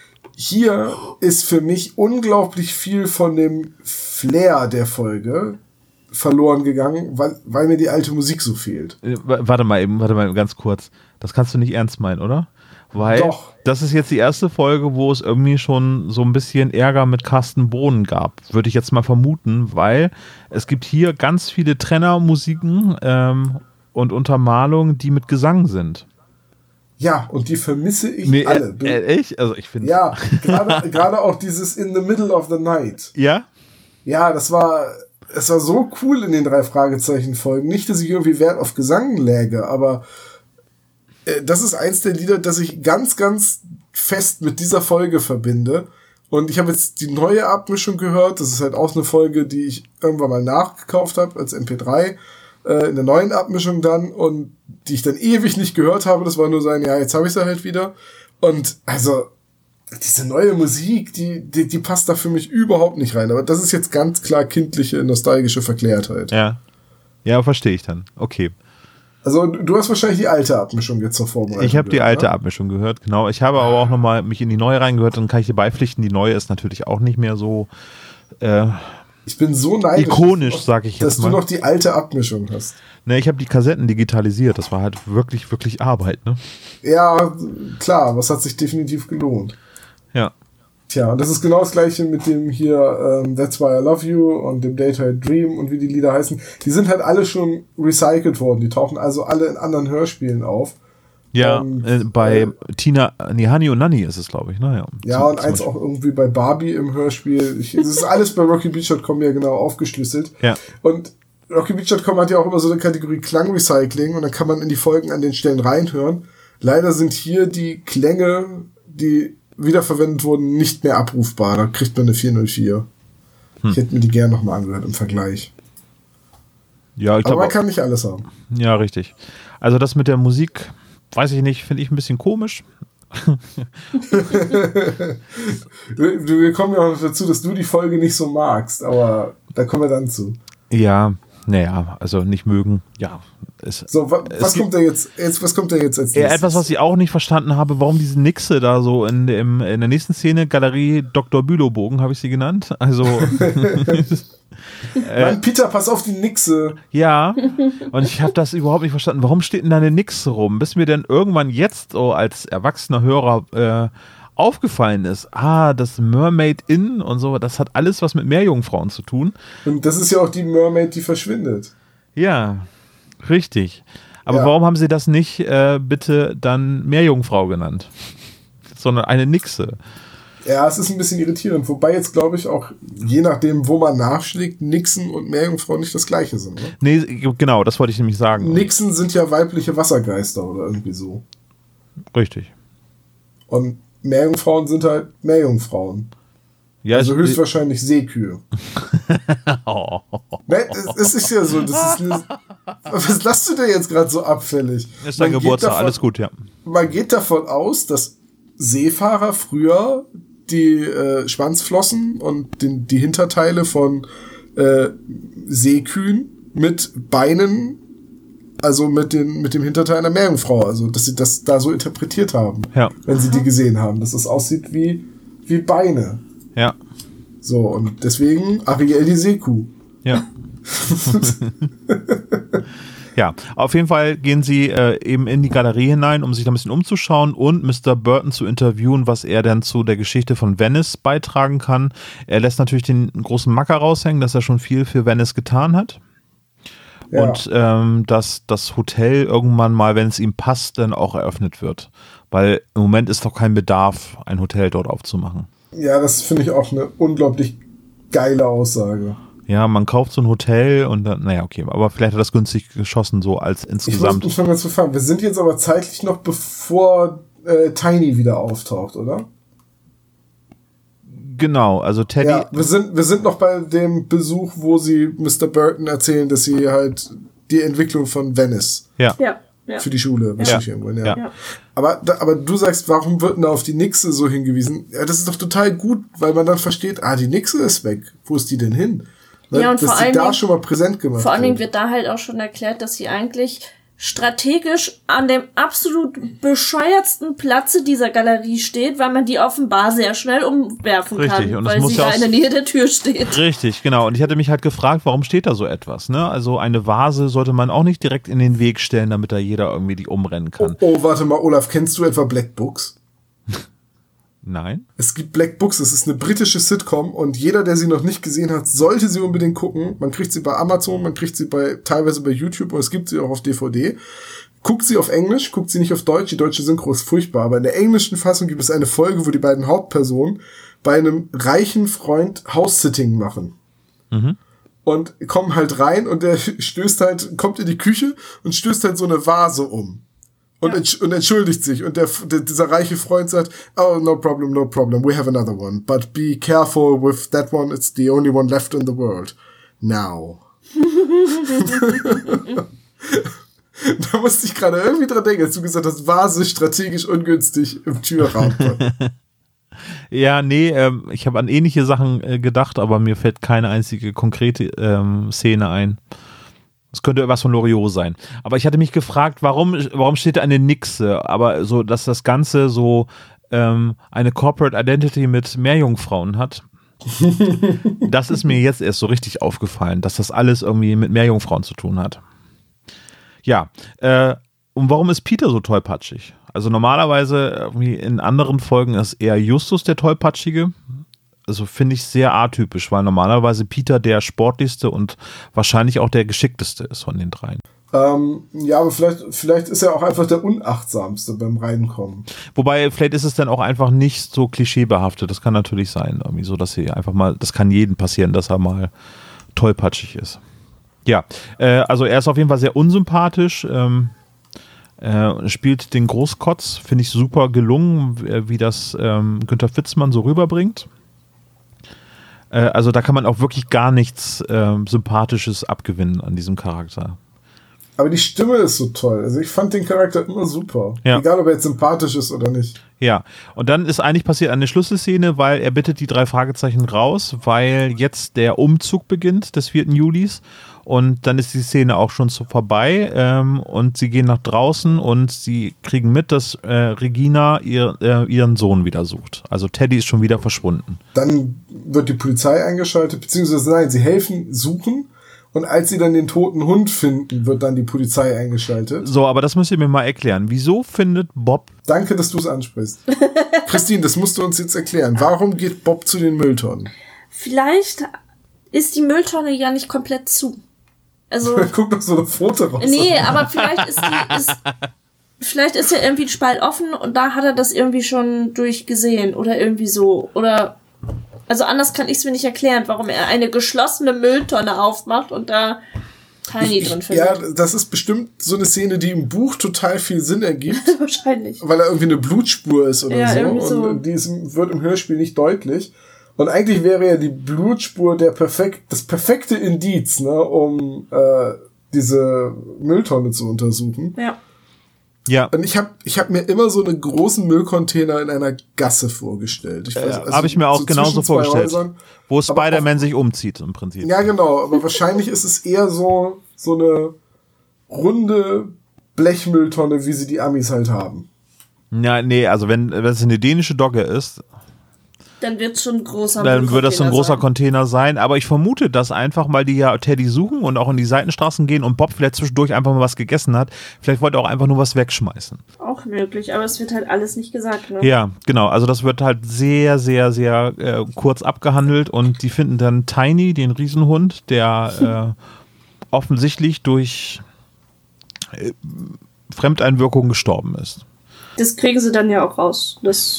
Hier ist für mich unglaublich viel von dem Flair der Folge verloren gegangen, weil mir die alte Musik so fehlt. Warte mal ganz kurz. Das kannst du nicht ernst meinen, oder? Weil Doch. Das ist jetzt die erste Folge, wo es irgendwie schon so ein bisschen Ärger mit Carsten Bohnen gab, würde ich jetzt mal vermuten, weil es gibt hier ganz viele Trennermusiken und Untermalungen, die mit Gesang sind. Ja, und die vermisse ich alle. Echt? Also ich finde. Ja, gerade auch dieses In the Middle of the Night. Ja? Ja, es war so cool in den 3-Fragezeichen-Folgen. Nicht, dass ich irgendwie Wert auf Gesang läge, aber das ist eins der Lieder, das ich ganz, ganz fest mit dieser Folge verbinde. Und ich habe jetzt die neue Abmischung gehört. Das ist halt auch eine Folge, die ich irgendwann mal nachgekauft habe als MP3. In der neuen Abmischung dann. Und die ich dann ewig nicht gehört habe. Das war nur sein, ja, jetzt habe ich sie halt wieder. Und also diese neue Musik, die passt da für mich überhaupt nicht rein. Aber das ist jetzt ganz klar kindliche, nostalgische Verklärtheit. Ja, verstehe ich dann. Okay. Also du hast wahrscheinlich die alte Abmischung jetzt zur Vorbereitung. Ich habe die alte Abmischung gehört, genau. Ich habe aber auch nochmal mich in die neue reingehört und kann ich dir beipflichten, die neue ist natürlich auch nicht mehr so ich bin so neidisch, ikonisch, sag ich jetzt dass mal. du noch die alte Abmischung hast. Ne, ich habe die Kassetten digitalisiert. Das war halt wirklich, wirklich Arbeit, ne? Ja, klar, aber es hat sich definitiv gelohnt. Ja. Tja, und das ist genau das gleiche mit dem hier That's Why I Love You und dem Daytime Dream und wie die Lieder heißen. Die sind halt alle schon recycelt worden. Die tauchen also alle in anderen Hörspielen auf. Ja, und, bei Hani und Nanny ist es, glaube ich. Naja. Ja, und eins auch irgendwie bei Barbie im Hörspiel. Das ist alles bei RockyBeach.com ja genau aufgeschlüsselt. Ja. Und RockyBeach.com hat ja auch immer so eine Kategorie Klangrecycling und dann kann man in die Folgen an den Stellen reinhören. Leider sind hier die Klänge, die wiederverwendet wurden, nicht mehr abrufbar. Da kriegt man eine 404. Ich hätte mir die gerne nochmal angehört im Vergleich. Ja, ich Aber glaube, man kann nicht alles haben. Ja, richtig. Also das mit der Musik, weiß ich nicht, finde ich ein bisschen komisch. Wir kommen ja auch noch dazu, dass du die Folge nicht so magst, aber da kommen wir dann zu. Ja, naja, also nicht mögen, ja. So, was kommt da jetzt als nächstes? Ja, etwas, was ich auch nicht verstanden habe, warum diese Nixe da so in der nächsten Szene, Galerie Dr. Bülowbogen, habe ich sie genannt. Also. Mann, Peter, pass auf die Nixe. Ja, und ich habe das überhaupt nicht verstanden. Warum steht denn da eine Nixe rum? Bis mir denn irgendwann jetzt so als erwachsener Hörer aufgefallen ist, das Mermaid Inn und so, das hat alles was mit Meerjungfrauen zu tun. Und das ist ja auch die Mermaid, die verschwindet. Ja, richtig. Aber warum haben sie das nicht bitte dann Meerjungfrau genannt? Sondern eine Nixe. Ja, es ist ein bisschen irritierend. Wobei jetzt, glaube ich, auch, je nachdem, wo man nachschlägt, Nixen und Meerjungfrau nicht das Gleiche sind. Ne? Nee, genau, das wollte ich nämlich sagen. Nixen sind ja weibliche Wassergeister oder irgendwie so. Richtig. Und Meerjungfrauen sind halt Meerjungfrauen. Ja, also höchstwahrscheinlich Seekühe. Oh. Ne, es ist ja so, was lachst du denn jetzt gerade so abfällig? Ist dein Geburtstag, alles gut, ja. Man geht davon aus, dass Seefahrer früher die Schwanzflossen und die Hinterteile von Seekühen mit Beinen, also mit dem Hinterteil einer Meerjungfrau, also dass sie das da so interpretiert haben, wenn sie die gesehen haben, dass es aussieht wie Beine. Ja. So, und deswegen Ariel die Seekuh. Ja. Ja, auf jeden Fall gehen sie eben in die Galerie hinein, um sich da ein bisschen umzuschauen und Mr. Burton zu interviewen, was er dann zu der Geschichte von Venice beitragen kann. Er lässt natürlich den großen Macker raushängen, dass er schon viel für Venice getan hat. Ja. Und dass das Hotel irgendwann mal, wenn es ihm passt, dann auch eröffnet wird. Weil im Moment ist doch kein Bedarf, ein Hotel dort aufzumachen. Ja, das finde ich auch eine unglaublich geile Aussage. Ja, man kauft so ein Hotel und dann, naja, okay, aber vielleicht hat das günstig geschossen, so als insgesamt. Ich muss mal zu fragen, wir sind jetzt aber zeitlich noch bevor Tiny wieder auftaucht, oder? Genau, also Teddy. Ja, wir sind noch bei dem Besuch, wo sie Mr. Burton erzählen, dass sie halt die Entwicklung von Venice für die Schule irgendwo. Ja. Aber du sagst, warum wird denn da auf die Nixe so hingewiesen? Ja, das ist doch total gut, weil man dann versteht, die Nixe ist weg. Wo ist die denn hin? Ja, und dass sie da schon mal präsent gemacht vor allen Dingen wird da halt auch schon erklärt, dass sie eigentlich strategisch an dem absolut bescheuertsten Platze dieser Galerie steht, weil man die offenbar sehr schnell umwerfen kann, und weil sie da in der Nähe der Tür steht. Richtig, genau. Und ich hatte mich halt gefragt, warum steht da so etwas? Ne? Also eine Vase sollte man auch nicht direkt in den Weg stellen, damit da jeder irgendwie die umrennen kann. Oh, warte mal, Olaf, kennst du etwa Black Books? Nein. Es gibt Black Books, es ist eine britische Sitcom und jeder, der sie noch nicht gesehen hat, sollte sie unbedingt gucken. Man kriegt sie bei Amazon, man kriegt sie teilweise bei YouTube und es gibt sie auch auf DVD. Guckt sie auf Englisch, guckt sie nicht auf Deutsch. Die deutsche Synchro ist furchtbar, aber in der englischen Fassung gibt es eine Folge, wo die beiden Hauptpersonen bei einem reichen Freund House-Sitting machen. Mhm. Und kommen halt rein und der kommt in die Küche und stößt halt so eine Vase um. Und entschuldigt sich. Und dieser reiche Freund sagt, oh, no problem, we have another one. But be careful with that one, it's the only one left in the world. Now. Da musste ich gerade irgendwie dran denken, als du gesagt hast, Vase strategisch ungünstig im Türrahmen. Ja, nee, ich habe an ähnliche Sachen gedacht, aber mir fällt keine einzige konkrete Szene ein. Es könnte was von Loriot sein. Aber ich hatte mich gefragt, warum steht da eine Nixe? Aber so, dass das Ganze so eine Corporate Identity mit Meerjungfrauen hat. Das ist mir jetzt erst so richtig aufgefallen, dass das alles irgendwie mit Meerjungfrauen zu tun hat. Ja, und warum ist Peter so tollpatschig? Also normalerweise irgendwie in anderen Folgen ist eher Justus der Tollpatschige. Also finde ich sehr atypisch, weil normalerweise Peter der sportlichste und wahrscheinlich auch der geschickteste ist von den dreien. Ja, aber vielleicht ist er auch einfach der unachtsamste beim Reinkommen. Wobei, vielleicht ist es dann auch einfach nicht so klischeebehaftet. Das kann natürlich sein, irgendwie so, dass sie einfach mal, das kann jedem passieren, dass er mal tollpatschig ist. Ja, also er ist auf jeden Fall sehr unsympathisch. Spielt den Großkotz, finde ich super gelungen, wie das Günther Fitzmann so rüberbringt. Also da kann man auch wirklich gar nichts Sympathisches abgewinnen an diesem Charakter. Aber die Stimme ist so toll. Also ich fand den Charakter immer super. Ja. Egal, ob er jetzt sympathisch ist oder nicht. Ja, und dann ist eigentlich passiert eine Schlüsselszene, weil er bittet die 3 Fragezeichen raus, weil jetzt der Umzug beginnt des 4. Julis und dann ist die Szene auch schon so vorbei und sie gehen nach draußen und sie kriegen mit, dass Regina ihren Sohn wieder sucht. Also Teddy ist schon wieder verschwunden. Dann wird die Polizei eingeschaltet, beziehungsweise nein, sie helfen suchen. Und als sie dann den toten Hund finden, wird dann die Polizei eingeschaltet. So, aber das müsst ihr mir mal erklären. Wieso findet Bob... Danke, dass du es ansprichst. Christine, das musst du uns jetzt erklären. Warum geht Bob zu den Mülltonnen? Vielleicht ist die Mülltonne ja nicht komplett zu. Also Guck doch so eine Foto raus. nee, aber vielleicht vielleicht ist ja irgendwie ein Spalt offen und da hat er das irgendwie schon durchgesehen oder irgendwie so. Oder also anders kann ich es mir nicht erklären, warum er eine geschlossene Mülltonne aufmacht und da Tiny drin findet. Ja, das ist bestimmt so eine Szene, die im Buch total viel Sinn ergibt. Wahrscheinlich. Weil er irgendwie eine Blutspur ist oder Ja, so. irgendwie so. Und wird im Hörspiel nicht deutlich. Und eigentlich wäre ja die Blutspur das perfekte Indiz, ne, um diese Mülltonne zu untersuchen. Ja. Ja, Und ich hab mir immer so einen großen Müllcontainer in einer Gasse vorgestellt. habe ich mir auch so genauso zwischen zwei vorgestellt. Häusern. Wo Aber Spider-Man sich umzieht im Prinzip. Ja, genau. Aber wahrscheinlich ist es eher so eine runde Blechmülltonne, wie sie die Amis halt haben. Ja, nee, also wenn es eine dänische Dogge ist, Dann wird es schon ein großer dann wird das so ein großer sein. Container sein. Aber ich vermute das einfach, weil die ja Teddy suchen und auch in die Seitenstraßen gehen und Bob vielleicht zwischendurch einfach mal was gegessen hat. Vielleicht wollte er auch einfach nur was wegschmeißen. Auch möglich, aber es wird halt alles nicht gesagt, ne? Ja, genau. Also das wird halt sehr, sehr, sehr kurz abgehandelt und die finden dann Tiny, den Riesenhund, der offensichtlich durch Fremdeinwirkung gestorben ist. Das kriegen sie dann ja auch raus,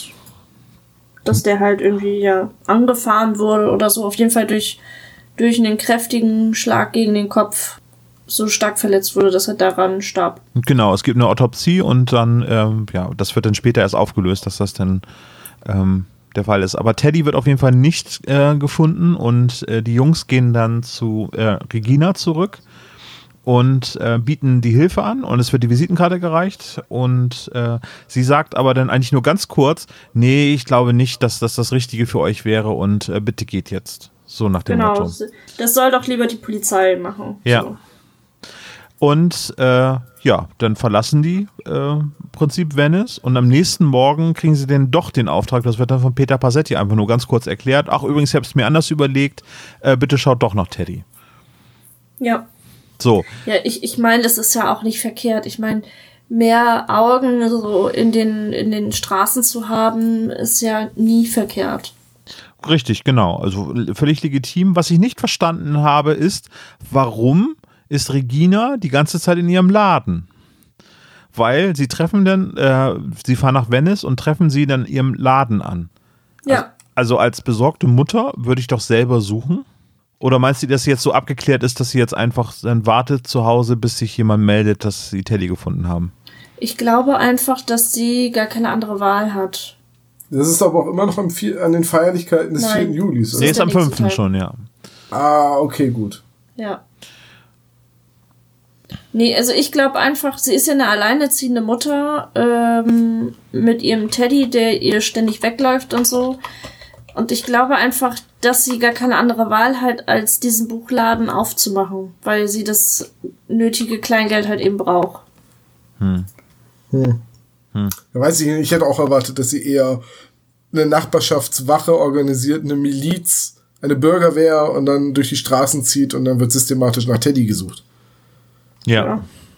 dass der halt irgendwie ja angefahren wurde oder so. Auf jeden Fall durch einen kräftigen Schlag gegen den Kopf so stark verletzt wurde, dass er daran starb. Genau, es gibt eine Autopsie und dann, das wird dann später erst aufgelöst, dass das dann der Fall ist. Aber Teddy wird auf jeden Fall nicht gefunden und die Jungs gehen dann zu Regina zurück und bieten die Hilfe an und es wird die Visitenkarte gereicht und sie sagt aber dann eigentlich nur ganz kurz, nee, ich glaube nicht, dass das Richtige für euch wäre und bitte geht jetzt. So nach dem Motto. Genau, das soll doch lieber die Polizei machen. Ja. So. Und dann verlassen die Prinzip Venice und am nächsten Morgen kriegen sie dann doch den Auftrag, das wird dann von Peter Passetti einfach nur ganz kurz erklärt. Ach übrigens, ich habe es mir anders überlegt, bitte schaut doch nach Teddy. Ja. So. Ja, ich meine, das ist ja auch nicht verkehrt. Ich meine, mehr Augen so in den Straßen zu haben, ist ja nie verkehrt. Richtig, genau. Also völlig legitim. Was ich nicht verstanden habe, ist, warum ist Regina die ganze Zeit in ihrem Laden? Weil sie treffen dann, sie fahren nach Venice und treffen sie dann in ihrem Laden an. Ja. Also als besorgte Mutter würde ich doch selber suchen. Oder meinst du, dass sie jetzt so abgeklärt ist, dass sie jetzt einfach dann wartet zu Hause, bis sich jemand meldet, dass sie Teddy gefunden haben? Ich glaube einfach, dass sie gar keine andere Wahl hat. Das ist aber auch immer noch an den Feierlichkeiten des 4. Julis. Sie ist am der nächste 5. Teil. schon, ja. Ah, okay, gut. Ja. Nee, also ich glaube einfach, sie ist ja eine alleinerziehende Mutter mit ihrem Teddy, der ihr ständig wegläuft und so. Und ich glaube einfach, dass sie gar keine andere Wahl hat, als diesen Buchladen aufzumachen, weil sie das nötige Kleingeld halt eben braucht. Ja, weiß ich nicht, ich hätte auch erwartet, dass sie eher eine Nachbarschaftswache organisiert, eine Miliz, eine Bürgerwehr und dann durch die Straßen zieht und dann wird systematisch nach Teddy gesucht. Ja.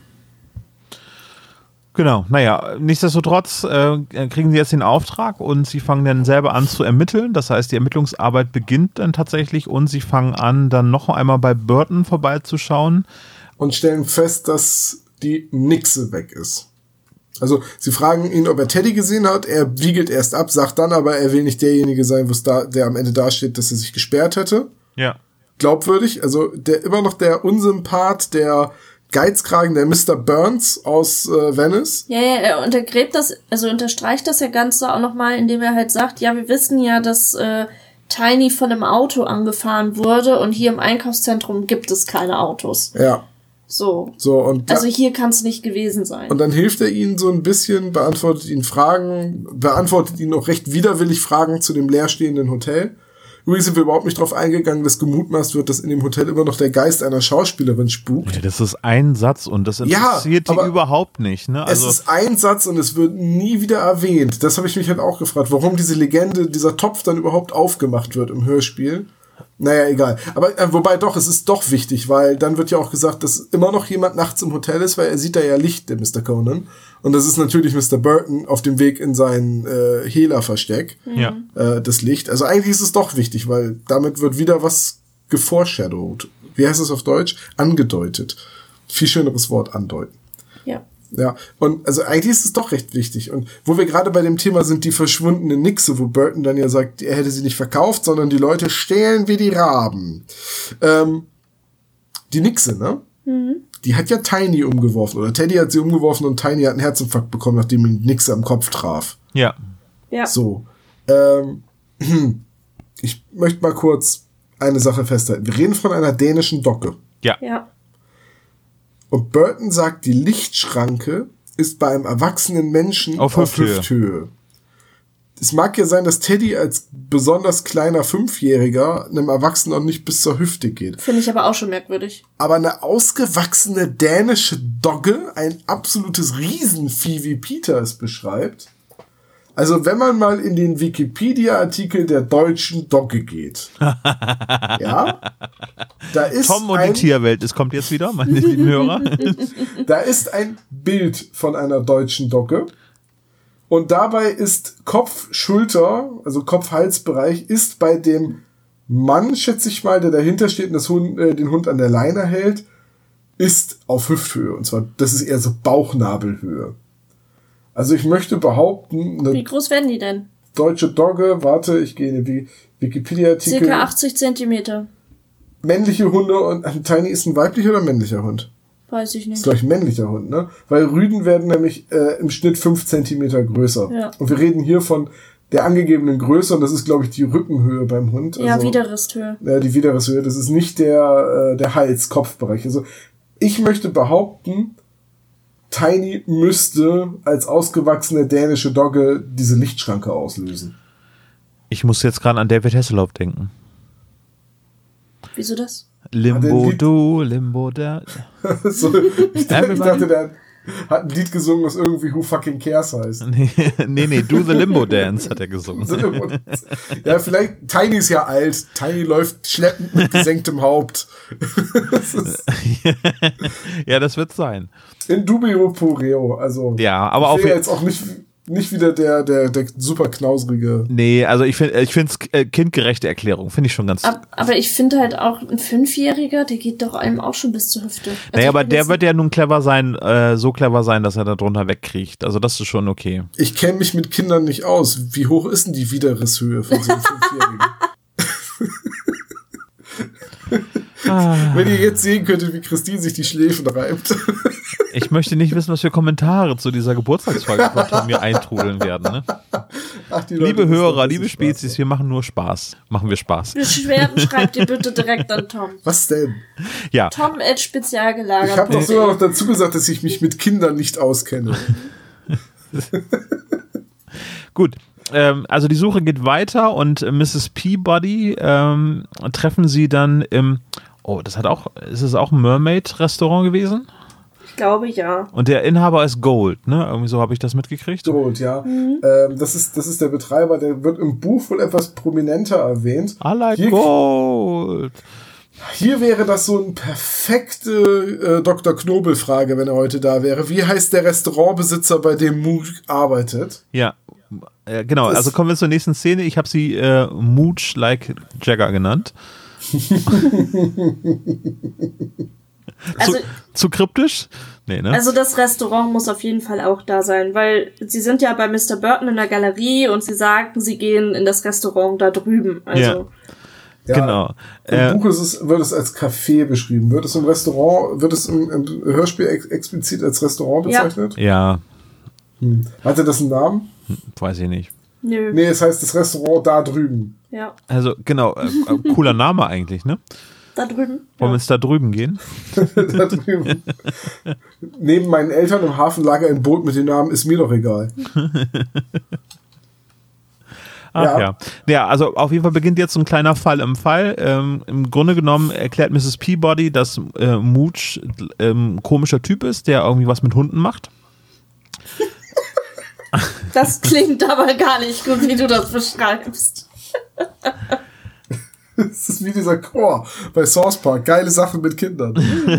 Genau, naja, nichtsdestotrotz kriegen sie jetzt den Auftrag und sie fangen dann selber an zu ermitteln. Das heißt, die Ermittlungsarbeit beginnt dann tatsächlich und sie fangen an, dann noch einmal bei Burton vorbeizuschauen. Und stellen fest, dass die Nixe weg ist. Also sie fragen ihn, ob er Teddy gesehen hat. Er wiegelt erst ab, sagt dann aber, er will nicht derjenige sein, der am Ende dasteht, dass er sich gesperrt hätte. Ja. Glaubwürdig. Also immer noch der Unsympath, der Geizkragen, der Mr. Burns aus Venice. Ja, er unterstreicht das ja Ganze auch nochmal, indem er halt sagt, ja, wir wissen ja, dass Tiny von einem Auto angefahren wurde und hier im Einkaufszentrum gibt es keine Autos. Ja. So. Und also hier kann es nicht gewesen sein. Und dann hilft er ihnen so ein bisschen, beantwortet ihnen auch recht widerwillig Fragen zu dem leerstehenden Hotel. Übrigens sind wir überhaupt nicht drauf eingegangen, dass gemutmaßt wird, dass in dem Hotel immer noch der Geist einer Schauspielerin spukt. Ja, das ist ein Satz und das interessiert die überhaupt nicht. Ne? Also es ist ein Satz und es wird nie wieder erwähnt. Das habe ich mich halt auch gefragt, warum diese Legende, dieser Topf dann überhaupt aufgemacht wird im Hörspiel. Naja, egal. Aber wobei doch, es ist doch wichtig, weil dann wird ja auch gesagt, dass immer noch jemand nachts im Hotel ist, weil er sieht da ja Licht, der Mr. Conan. Und das ist natürlich Mr. Burton auf dem Weg in sein Hehler-Versteck. Ja. Das Licht. Also eigentlich ist es doch wichtig, weil damit wird wieder was geforeshadowed. Wie heißt es auf Deutsch? Angedeutet. Viel schöneres Wort, andeuten. Ja. Ja, und also eigentlich ist es doch recht wichtig. Und wo wir gerade bei dem Thema sind, die verschwundene Nixe, wo Burton dann ja sagt, er hätte sie nicht verkauft, sondern die Leute stehlen wie die Raben. Die Nixe, ne? Mhm. Die hat ja Tiny umgeworfen. Oder Teddy hat sie umgeworfen und Tiny hat einen Herzinfarkt bekommen, nachdem ihn Nixe am Kopf traf. Ja. Ja. So. Ich möchte mal kurz eine Sache festhalten. Wir reden von einer dänischen Docke. Ja. Ja. Und Burton sagt, die Lichtschranke ist bei einem erwachsenen Menschen auf Hüfthöhe. Es mag ja sein, dass Teddy als besonders kleiner 5-Jähriger einem Erwachsenen auch nicht bis zur Hüfte geht. Finde ich aber auch schon merkwürdig. Aber eine ausgewachsene dänische Dogge, ein absolutes Riesenvieh, wie Peter es beschreibt. Also wenn man mal in den Wikipedia-Artikel der deutschen Dogge geht, ja, da ist Tom und die Tierwelt, es kommt jetzt wieder, meine lieben Hörer. Da ist ein Bild von einer deutschen Dogge und dabei ist Kopf, Schulter, also Kopf-Hals-Bereich, ist bei dem Mann, schätze ich mal, der dahinter steht und den Hund an der Leine hält, ist auf Hüfthöhe. Und zwar, das ist eher so Bauchnabelhöhe. Also ich möchte behaupten... Wie groß werden die denn? Deutsche Dogge, warte, ich gehe in den Wikipedia-Artikel. Circa 80 Zentimeter. Männliche Hunde und Tiny ist ein weiblicher oder männlicher Hund? Weiß ich nicht. Das ist, glaube ich, ein männlicher Hund, ne? Weil Rüden werden nämlich im Schnitt 5 Zentimeter größer. Ja. Und wir reden hier von der angegebenen Größe und das ist, glaube ich, die Rückenhöhe beim Hund. Ja, also, Widerristhöhe. Ja, die Widerristhöhe. Das ist nicht der Hals-Kopfbereich. Also ich möchte behaupten, Tiny müsste als ausgewachsene dänische Dogge diese Lichtschranke auslösen. Ich muss jetzt gerade an David Hasselhoff denken. Wieso das? Limbo du, Limbo da. So, ich dachte, der hat ein Lied gesungen, das irgendwie Who Fucking Cares heißt. Nee, Do the Limbo Dance hat er gesungen. Ja, vielleicht, Tiny ist ja alt. Tiny läuft schleppend mit gesenktem Haupt. Ja, das wird sein. In dubio pro reo, also. Ja, aber auch jetzt auch nicht wieder der super knausrige. Nee, also ich finde es kindgerechte Erklärung, finde ich schon ganz. Aber ich finde halt auch ein 5-Jähriger, der geht doch einem auch schon bis zur Hüfte. Also naja, aber der wird ja nun clever sein, so clever sein, dass er da drunter wegkriecht. Also das ist schon okay. Ich kenne mich mit Kindern nicht aus. Wie hoch ist denn die Widerrisshöhe von so einem 5-Jährigen? Wenn ihr jetzt sehen könntet, wie Christine sich die Schläfen reibt. Ich möchte nicht wissen, was für Kommentare zu dieser Geburtstagsfolge von mir eintrudeln werden. Ne? Ach, liebe Hörer, liebe Spezies, Spaß, wir machen nur Spaß. Machen wir Spaß. Beschwerden schreibt ihr bitte direkt an Tom. Was denn? Ja. Tom@spezialgelagert. Ich habe doch sogar noch dazu gesagt, dass ich mich mit Kindern nicht auskenne. Gut. Also die Suche geht weiter und Mrs. Peabody treffen sie dann im, ist es auch ein Mermaid-Restaurant gewesen? Ich glaube, ja. Und der Inhaber ist Gold, ne? Irgendwie so habe ich das mitgekriegt. Gold, ja. Mhm. Das ist der Betreiber, der wird im Buch wohl etwas prominenter erwähnt. I like Gold. Hier wäre das so eine perfekte Dr. Knobel-Frage, wenn er heute da wäre. Wie heißt der Restaurantbesitzer, bei dem Mooch arbeitet? Ja. Genau, also kommen wir zur nächsten Szene. Ich habe sie Mooch like Jagger genannt. Also, zu kryptisch? Nee, ne? Also das Restaurant muss auf jeden Fall auch da sein, weil sie sind ja bei Mr. Burton in der Galerie und sie sagten, sie gehen in das Restaurant da drüben. Also ja, genau. Im Buch wird es als Café beschrieben. Wird es im Hörspiel explizit als Restaurant bezeichnet? Ja. Hatte das einen Namen? Weiß ich nicht. Nö. Nee, es heißt das Restaurant da drüben. Ja. Also, genau, cooler Name eigentlich, ne? Da drüben. Wollen wir uns da drüben gehen? Da drüben. Neben meinen Eltern im Hafen lag ein Boot mit dem Namen Ist mir doch egal. Ach ja. Ja, also auf jeden Fall beginnt jetzt so ein kleiner Fall im Fall. Im Grunde genommen erklärt Mrs. Peabody, dass Mooch ein komischer Typ ist, der irgendwie was mit Hunden macht. Das klingt aber gar nicht gut, wie du das beschreibst. Das ist wie dieser Chor bei South Park. Geile Sachen mit Kindern.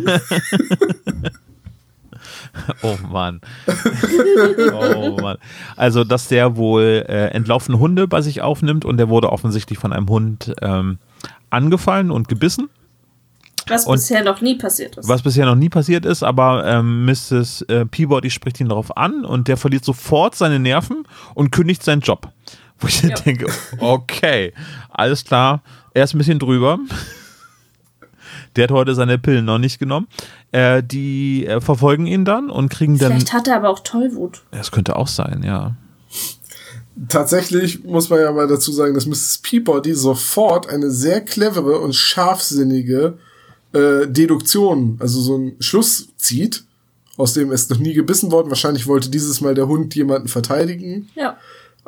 Oh Mann. Oh Mann. Also, dass der wohl entlaufene Hunde bei sich aufnimmt und der wurde offensichtlich von einem Hund angefallen und gebissen. Was bisher noch nie passiert ist. Was bisher noch nie passiert ist, aber Mrs. Peabody spricht ihn darauf an und der verliert sofort seine Nerven und kündigt seinen Job. Wo ich denke, okay, alles klar, er ist ein bisschen drüber. Der hat heute seine Pillen noch nicht genommen. Die verfolgen ihn dann und kriegen dann... Vielleicht hat er aber auch Tollwut. Das könnte auch sein, ja. Tatsächlich muss man ja mal dazu sagen, dass Mrs. Peabody sofort eine sehr clevere und scharfsinnige Deduktion, also so einen Schluss zieht, aus dem es noch nie gebissen worden. Wahrscheinlich wollte dieses Mal der Hund jemanden verteidigen. Ja.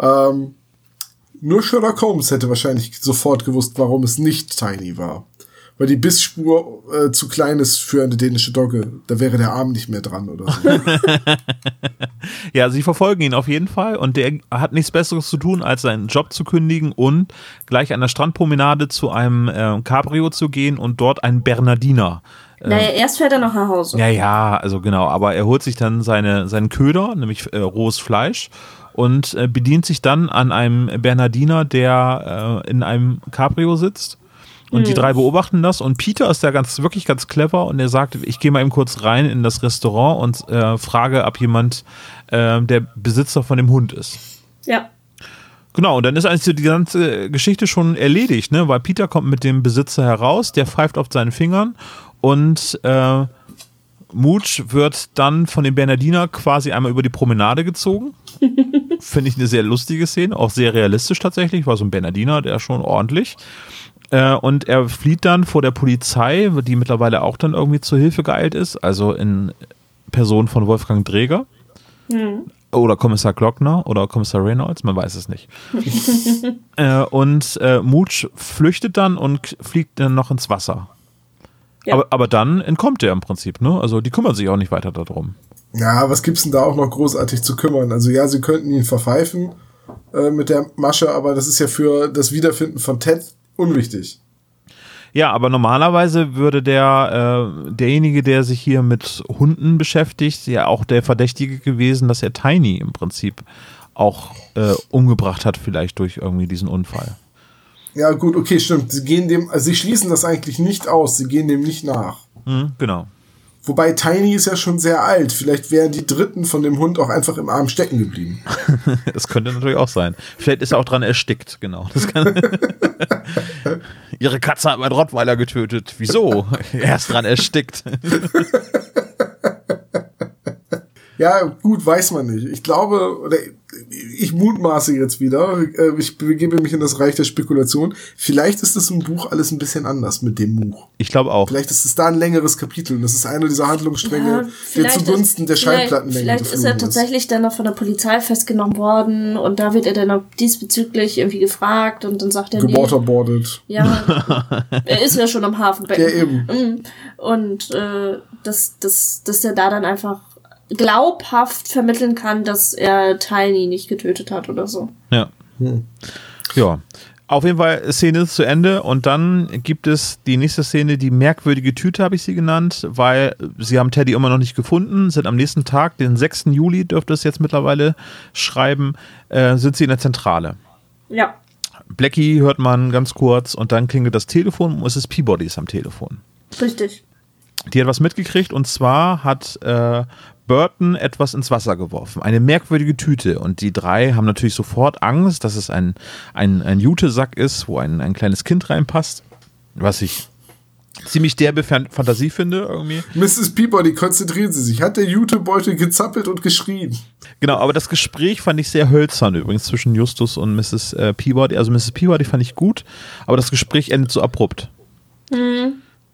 Nur Sherlock Holmes hätte wahrscheinlich sofort gewusst, warum es nicht Tiny war. Weil die Bissspur zu klein ist für eine dänische Dogge. Da wäre der Arm nicht mehr dran oder so. Ja, sie verfolgen ihn auf jeden Fall und der hat nichts Besseres zu tun, als seinen Job zu kündigen und gleich an der Strandpromenade zu einem Cabrio zu gehen und dort einen Bernardiner. Naja, erst fährt er noch nach Hause. Ja, also genau, aber er holt sich dann seinen Köder, nämlich rohes Fleisch und bedient sich dann an einem Bernardiner, der in einem Cabrio sitzt. Und die drei beobachten das und Peter ist da wirklich ganz clever und er sagt, ich gehe mal eben kurz rein in das Restaurant und frage, ob jemand der Besitzer von dem Hund ist. Ja. Genau, und dann ist eigentlich die ganze Geschichte schon erledigt, ne? Weil Peter kommt mit dem Besitzer heraus, der pfeift auf seinen Fingern und Mooch wird dann von dem Bernardiner quasi einmal über die Promenade gezogen. Finde ich eine sehr lustige Szene, auch sehr realistisch tatsächlich, weil so ein Bernardiner, der ist schon ordentlich. Und er flieht dann vor der Polizei, die mittlerweile auch dann irgendwie zur Hilfe geeilt ist, also in Person von Wolfgang Dreger. Oder Kommissar Glockner oder Kommissar Reynolds, man weiß es nicht. Und Mooch flüchtet dann und fliegt dann noch ins Wasser. Ja. Aber dann entkommt er im Prinzip, ne? Also die kümmern sich auch nicht weiter darum. Ja, was gibt's denn da auch noch großartig zu kümmern? Also ja, sie könnten ihn verpfeifen mit der Masche, aber das ist ja für das Wiederfinden von Ted unwichtig. Ja, aber normalerweise würde derjenige, der sich hier mit Hunden beschäftigt, ja auch der Verdächtige gewesen, dass er Tiny im Prinzip auch umgebracht hat, vielleicht durch irgendwie diesen Unfall. Ja, gut, okay, stimmt. Sie schließen das eigentlich nicht aus, sie gehen dem nicht nach. Genau. Wobei Tiny ist ja schon sehr alt. Vielleicht wären die Dritten von dem Hund auch einfach im Arm stecken geblieben. Das könnte natürlich auch sein. Vielleicht ist er auch dran erstickt, genau. Das kann Ihre Katze hat meinen Rottweiler getötet. Wieso? Er ist dran erstickt. Ja, gut, weiß man nicht. Ich glaube, oder ich mutmaße jetzt wieder, ich begebe mich in das Reich der Spekulation. Vielleicht ist es im Buch alles ein bisschen anders mit dem Buch. Ich glaube auch. Vielleicht ist es da ein längeres Kapitel und das ist einer dieser Handlungsstränge, der zugunsten der Schallplattenlänge Vielleicht ist er tatsächlich dann noch von der Polizei festgenommen worden und da wird er dann auch diesbezüglich irgendwie gefragt und dann sagt er, gewaterboardet. Ja, er ist ja schon am Hafenbecken. Ja, eben. Und dass er da dann einfach glaubhaft vermitteln kann, dass er Tiny nicht getötet hat oder so. Ja. Ja. Auf jeden Fall, Szene ist zu Ende und dann gibt es die nächste Szene, die merkwürdige Tüte, habe ich sie genannt, weil sie haben Teddy immer noch nicht gefunden, sind am nächsten Tag, den 6. Juli dürfte es jetzt mittlerweile schreiben, sind sie in der Zentrale. Ja. Blackie hört man ganz kurz und dann klingelt das Telefon und Mrs. Peabody ist am Telefon. Richtig. Die hat was mitgekriegt und zwar hat Burton etwas ins Wasser geworfen. Eine merkwürdige Tüte. Und die drei haben natürlich sofort Angst, dass es ein Jutesack ist, wo ein kleines Kind reinpasst. Was ich ziemlich derbe Fantasie finde irgendwie. Mrs. Peabody, konzentrieren Sie sich. Hat der Jutebeutel gezappelt und geschrien? Genau, aber das Gespräch fand ich sehr hölzern übrigens zwischen Justus und Mrs. Peabody. Also Mrs. Peabody fand ich gut, aber das Gespräch endet so abrupt.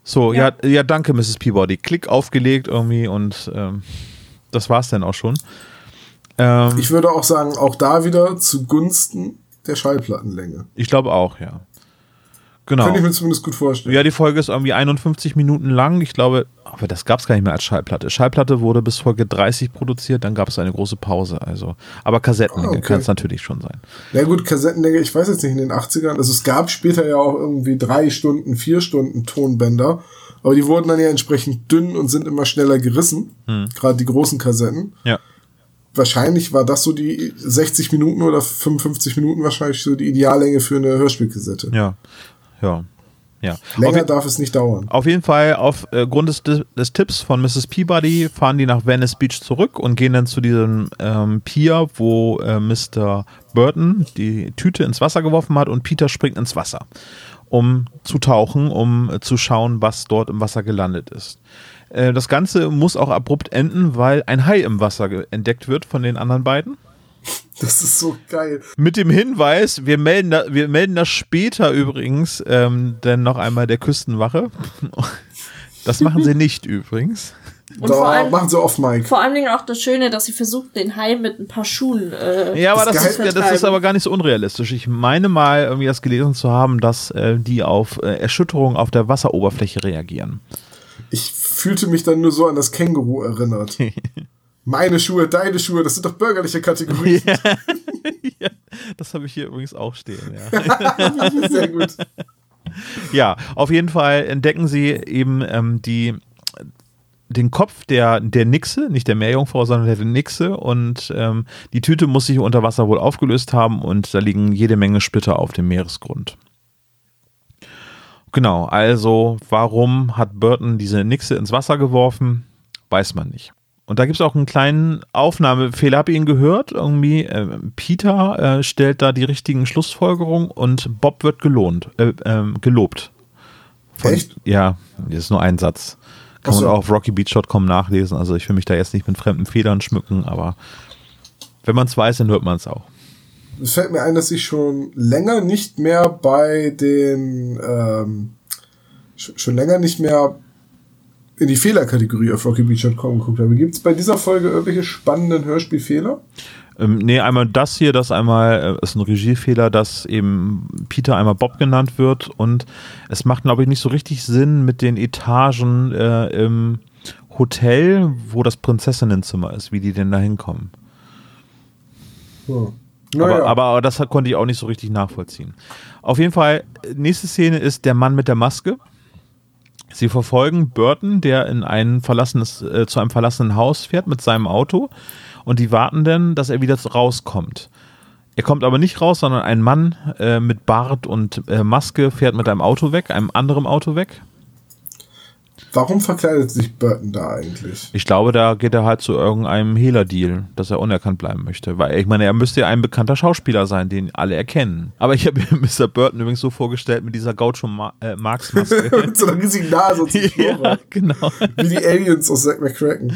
So, ja, danke, Mrs. Peabody. Klick aufgelegt irgendwie und das war's dann auch schon. Ich würde auch sagen, auch da wieder zugunsten der Schallplattenlänge. Ich glaube auch, ja. Genau. Könnte ich mir zumindest gut vorstellen. Ja, die Folge ist irgendwie 51 Minuten lang. Ich glaube, aber das gab es gar nicht mehr als Schallplatte. Schallplatte wurde bis Folge 30 produziert, dann gab es eine große Pause. Also, aber Kassettenlänge kann es natürlich schon sein. Ja gut, Kassettenlänge, ich weiß jetzt nicht, in den 80ern. Also es gab später ja auch irgendwie 3 Stunden, 4 Stunden Tonbänder. Aber die wurden dann ja entsprechend dünn und sind immer schneller gerissen. Gerade die großen Kassetten. Ja. Wahrscheinlich war das so die 60 Minuten oder 55 Minuten wahrscheinlich so die Ideallänge für eine Hörspielkassette. Ja. Länger darf es nicht dauern. Auf jeden Fall, aufgrund des Tipps von Mrs. Peabody fahren die nach Venice Beach zurück und gehen dann zu diesem Pier, wo Mr. Burton die Tüte ins Wasser geworfen hat und Peter springt ins Wasser, um zu tauchen, um zu schauen, was dort im Wasser gelandet ist. Das Ganze muss auch abrupt enden, weil ein Hai im Wasser entdeckt wird von den anderen beiden. Das ist so geil. Mit dem Hinweis, wir melden das später übrigens dann noch einmal der Küstenwache. Das machen sie nicht übrigens. Und da machen sie off-Mic. Vor allem auch das Schöne, dass sie versuchen, den Hai mit ein paar Schuhen ja, aber das ist aber gar nicht so unrealistisch. Ich meine mal, irgendwie das gelesen zu haben, dass die auf Erschütterungen auf der Wasseroberfläche reagieren. Ich fühlte mich dann nur so an das Känguru erinnert. Meine Schuhe, deine Schuhe, das sind doch bürgerliche Kategorien. Ja, das habe ich hier übrigens auch stehen. Ja. Sehr gut. Ja, auf jeden Fall entdecken sie eben den Kopf der Nixe, nicht der Meerjungfrau, sondern der Nixe, und die Tüte muss sich unter Wasser wohl aufgelöst haben und da liegen jede Menge Splitter auf dem Meeresgrund. Genau, also warum hat Burton diese Nixe ins Wasser geworfen, weiß man nicht. Und da gibt es auch einen kleinen Aufnahmefehler, habt ihr ihn gehört? Irgendwie Peter stellt da die richtigen Schlussfolgerungen und Bob wird gelobt. Echt? Ja, das ist nur ein Satz. Kann man auch auf rockybeach.com nachlesen. Also ich will mich da jetzt nicht mit fremden Federn schmücken, aber wenn man es weiß, dann hört man es auch. Es fällt mir ein, dass ich schon länger nicht mehr bei den schon länger nicht mehr in die Fehlerkategorie auf rockybeach.com geguckt habe. Gibt es bei dieser Folge irgendwelche spannenden Hörspielfehler? Nee, einmal das hier, das einmal ist ein Regiefehler, dass eben Peter einmal Bob genannt wird, und es macht, glaube ich, nicht so richtig Sinn mit den Etagen im Hotel, wo das Prinzessinnenzimmer ist, wie die denn da hinkommen. Hm. Naja. Aber das konnte ich auch nicht so richtig nachvollziehen. Auf jeden Fall, nächste Szene ist der Mann mit der Maske. Sie verfolgen Burton, der in zu einem verlassenen Haus fährt mit seinem Auto, und die warten dann, dass er wieder rauskommt. Er kommt aber nicht raus, sondern ein Mann mit Bart und Maske fährt mit einem Auto weg, einem anderen Auto weg. Warum verkleidet sich Burton da eigentlich? Ich glaube, da geht er halt zu irgendeinem Hehler-Deal, dass er unerkannt bleiben möchte. Weil ich meine, er müsste ja ein bekannter Schauspieler sein, den alle erkennen. Aber ich habe mir Mr. Burton übrigens so vorgestellt mit dieser Groucho-Marx-Maske. Mit so einer riesigen Nase und so. Ja, genau. Wie die Aliens aus Zack McCracken.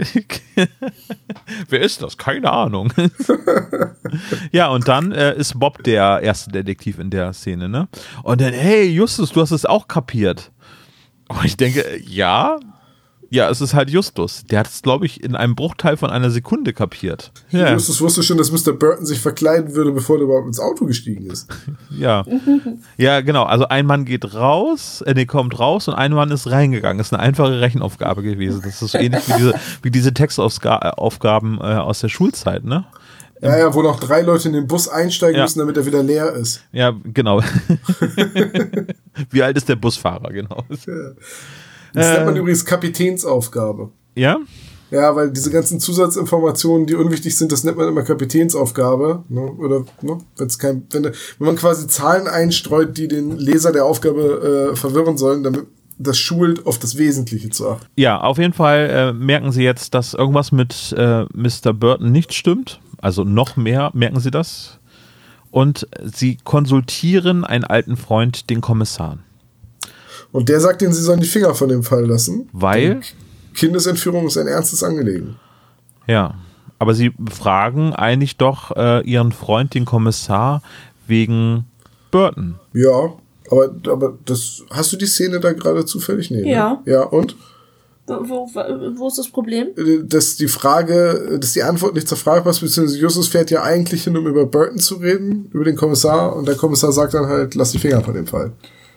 Wer ist das? Keine Ahnung. Ja, und dann ist Bob der erste Detektiv in der Szene, ne? Und dann, hey, Justus, du hast es auch kapiert. Und ich denke, ja, es ist halt Justus. Der hat es, glaube ich, in einem Bruchteil von einer Sekunde kapiert. Ja. Justus wusste schon, dass Mr. Burton sich verkleiden würde, bevor er überhaupt ins Auto gestiegen ist. Ja. Ja, genau. Also ein Mann kommt raus und ein Mann ist reingegangen. Das ist eine einfache Rechenaufgabe gewesen. Das ist so ähnlich wie diese Textaufgaben aus der Schulzeit, ne? Ja, wo noch 3 Leute in den Bus einsteigen müssen, damit er wieder leer ist. Ja, genau. Wie alt ist der Busfahrer, genau. Ja. Das nennt man übrigens Kapitänsaufgabe. Ja? Ja, weil diese ganzen Zusatzinformationen, die unwichtig sind, das nennt man immer Kapitänsaufgabe. Ne? Oder ne? Wenn man quasi Zahlen einstreut, die den Leser der Aufgabe verwirren sollen, damit das schult, auf das Wesentliche zu achten. Ja, auf jeden Fall merken sie jetzt, dass irgendwas mit Mr. Burton nicht stimmt. Also noch mehr merken sie das. Und sie konsultieren einen alten Freund, den Kommissar. Und der sagt ihnen, sie sollen die Finger von dem Fall lassen. Weil? Kindesentführung ist ein ernstes Anliegen. Ja, aber sie fragen eigentlich doch ihren Freund, den Kommissar, wegen Burton. Ja, Aber hast du die Szene da gerade zufällig? Nee, Ja. Ne? Ja, und? Wo ist das Problem? Dass die Antwort nicht zur Frage passt, beziehungsweise Justus fährt ja eigentlich hin, um über Burton zu reden, über den Kommissar, und der Kommissar sagt dann halt, lass die Finger von dem Fall.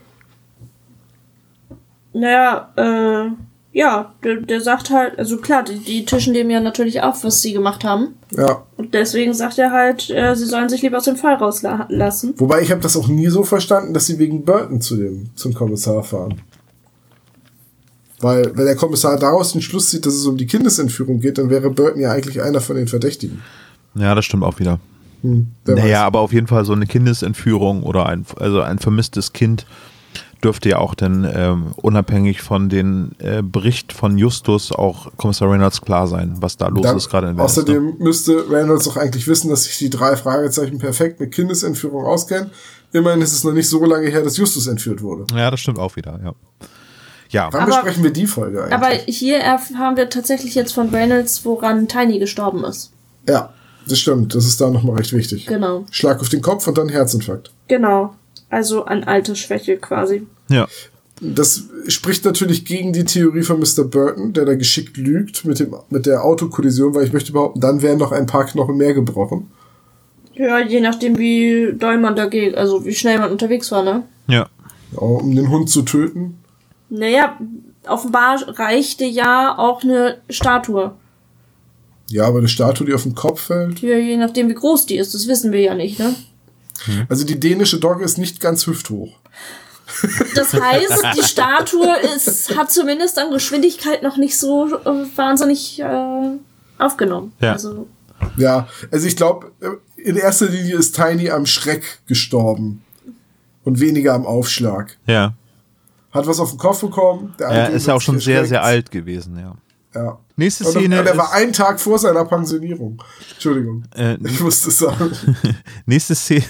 Naja, ja, der sagt halt, also klar, die tischen dem ja natürlich auf, was sie gemacht haben. Ja. Und deswegen sagt er halt, sie sollen sich lieber aus dem Fall rauslassen. Wobei, ich habe das auch nie so verstanden, dass sie wegen Burton zum Kommissar fahren. Weil, wenn der Kommissar daraus den Schluss zieht, dass es um die Kindesentführung geht, dann wäre Burton ja eigentlich einer von den Verdächtigen. Ja, das stimmt auch wieder. Wer weiß. Aber auf jeden Fall so eine Kindesentführung oder ein vermisstes Kind dürfte ja auch dann unabhängig von den Bericht von Justus auch Kommissar Reynolds klar sein, was da los ist gerade in Venice. Außerdem müsste Reynolds doch eigentlich wissen, dass sich die 3 Fragezeichen perfekt mit Kindesentführung auskennen. Immerhin ist es noch nicht so lange her, dass Justus entführt wurde. Ja, das stimmt auch wieder, ja. Ja. Wann besprechen wir die Folge eigentlich? Aber hier erfahren wir tatsächlich jetzt von Reynolds, woran Tiny gestorben ist. Ja, das stimmt. Das ist da nochmal recht wichtig. Genau. Schlag auf den Kopf und dann Herzinfarkt. Genau. Also an Altersschwäche quasi. Ja. Das spricht natürlich gegen die Theorie von Mr. Burton, der da geschickt lügt mit der Autokollision, weil ich möchte behaupten, dann wären noch ein paar Knochen mehr gebrochen. Ja, je nachdem, wie doll man da geht, also wie schnell man unterwegs war, ne? Ja. Ja, um den Hund zu töten. Naja, offenbar reichte ja auch eine Statue. Ja, aber eine Statue, die auf den Kopf fällt. Ja, je nachdem, wie groß die ist, das wissen wir ja nicht, ne? Also die dänische Dogge ist nicht ganz hüfthoch. Das heißt, die Statue hat zumindest an Geschwindigkeit noch nicht so wahnsinnig aufgenommen. Ja. Also Ich glaube, in erster Linie ist Tiny am Schreck gestorben. Und weniger am Aufschlag. Ja. Hat was auf den Kopf bekommen. Er ist ja auch schon sehr, sehr alt gewesen, ja. Ja. Nächste Und Szene. er war einen Tag vor seiner Pensionierung. Entschuldigung. Ich musste es sagen. Nächste Szene.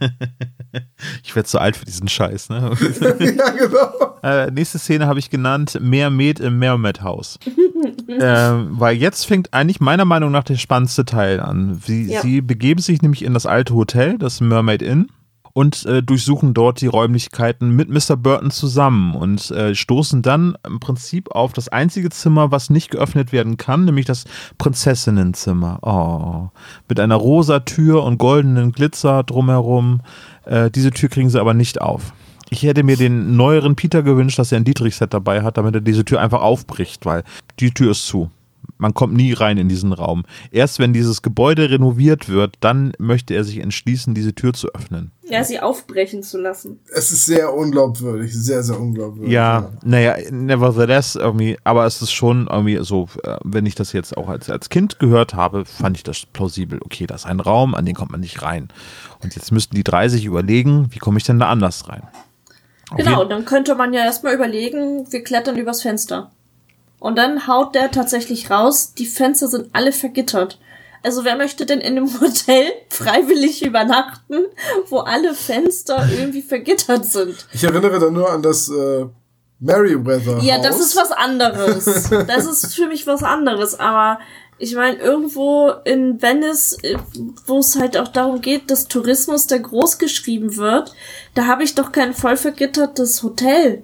Ich werde zu alt für diesen Scheiß, ne? Ja, genau. Nächste Szene habe ich genannt, mehr Met im Mermaid Haus. Weil jetzt fängt eigentlich meiner Meinung nach der spannendste Teil an. Sie begeben sich nämlich in das alte Hotel, das Mermaid Inn, und durchsuchen dort die Räumlichkeiten mit Mr. Burton zusammen und stoßen dann im Prinzip auf das einzige Zimmer, was nicht geöffnet werden kann, nämlich das Prinzessinnenzimmer. Oh, mit einer rosa Tür und goldenen Glitzer drumherum. Diese Tür kriegen sie aber nicht auf. Ich hätte mir den neueren Peter gewünscht, dass er ein Dietrich-Set dabei hat, damit er diese Tür einfach aufbricht, weil die Tür ist zu. Man kommt nie rein in diesen Raum. Erst wenn dieses Gebäude renoviert wird, dann möchte er sich entschließen, diese Tür zu öffnen. Ja, sie aufbrechen zu lassen. Es ist sehr unglaubwürdig, sehr, sehr unglaubwürdig. Ja, naja, nevertheless irgendwie, aber es ist schon irgendwie so, wenn ich das jetzt auch als Kind gehört habe, fand ich das plausibel. Okay, das ist ein Raum, an den kommt man nicht rein. Und jetzt müssten die 3 sich überlegen, wie komme ich denn da anders rein? Genau, dann könnte man ja erstmal überlegen, wir klettern übers Fenster. Und dann haut der tatsächlich raus, die Fenster sind alle vergittert. Also wer möchte denn in einem Hotel freiwillig übernachten, wo alle Fenster irgendwie vergittert sind? Ich erinnere da nur an das Merryweather Haus. Ja, das ist was anderes. Das ist für mich was anderes. Aber ich meine, irgendwo in Venice, wo es halt auch darum geht, dass Tourismus da groß geschrieben wird, da habe ich doch kein voll vergittertes Hotel.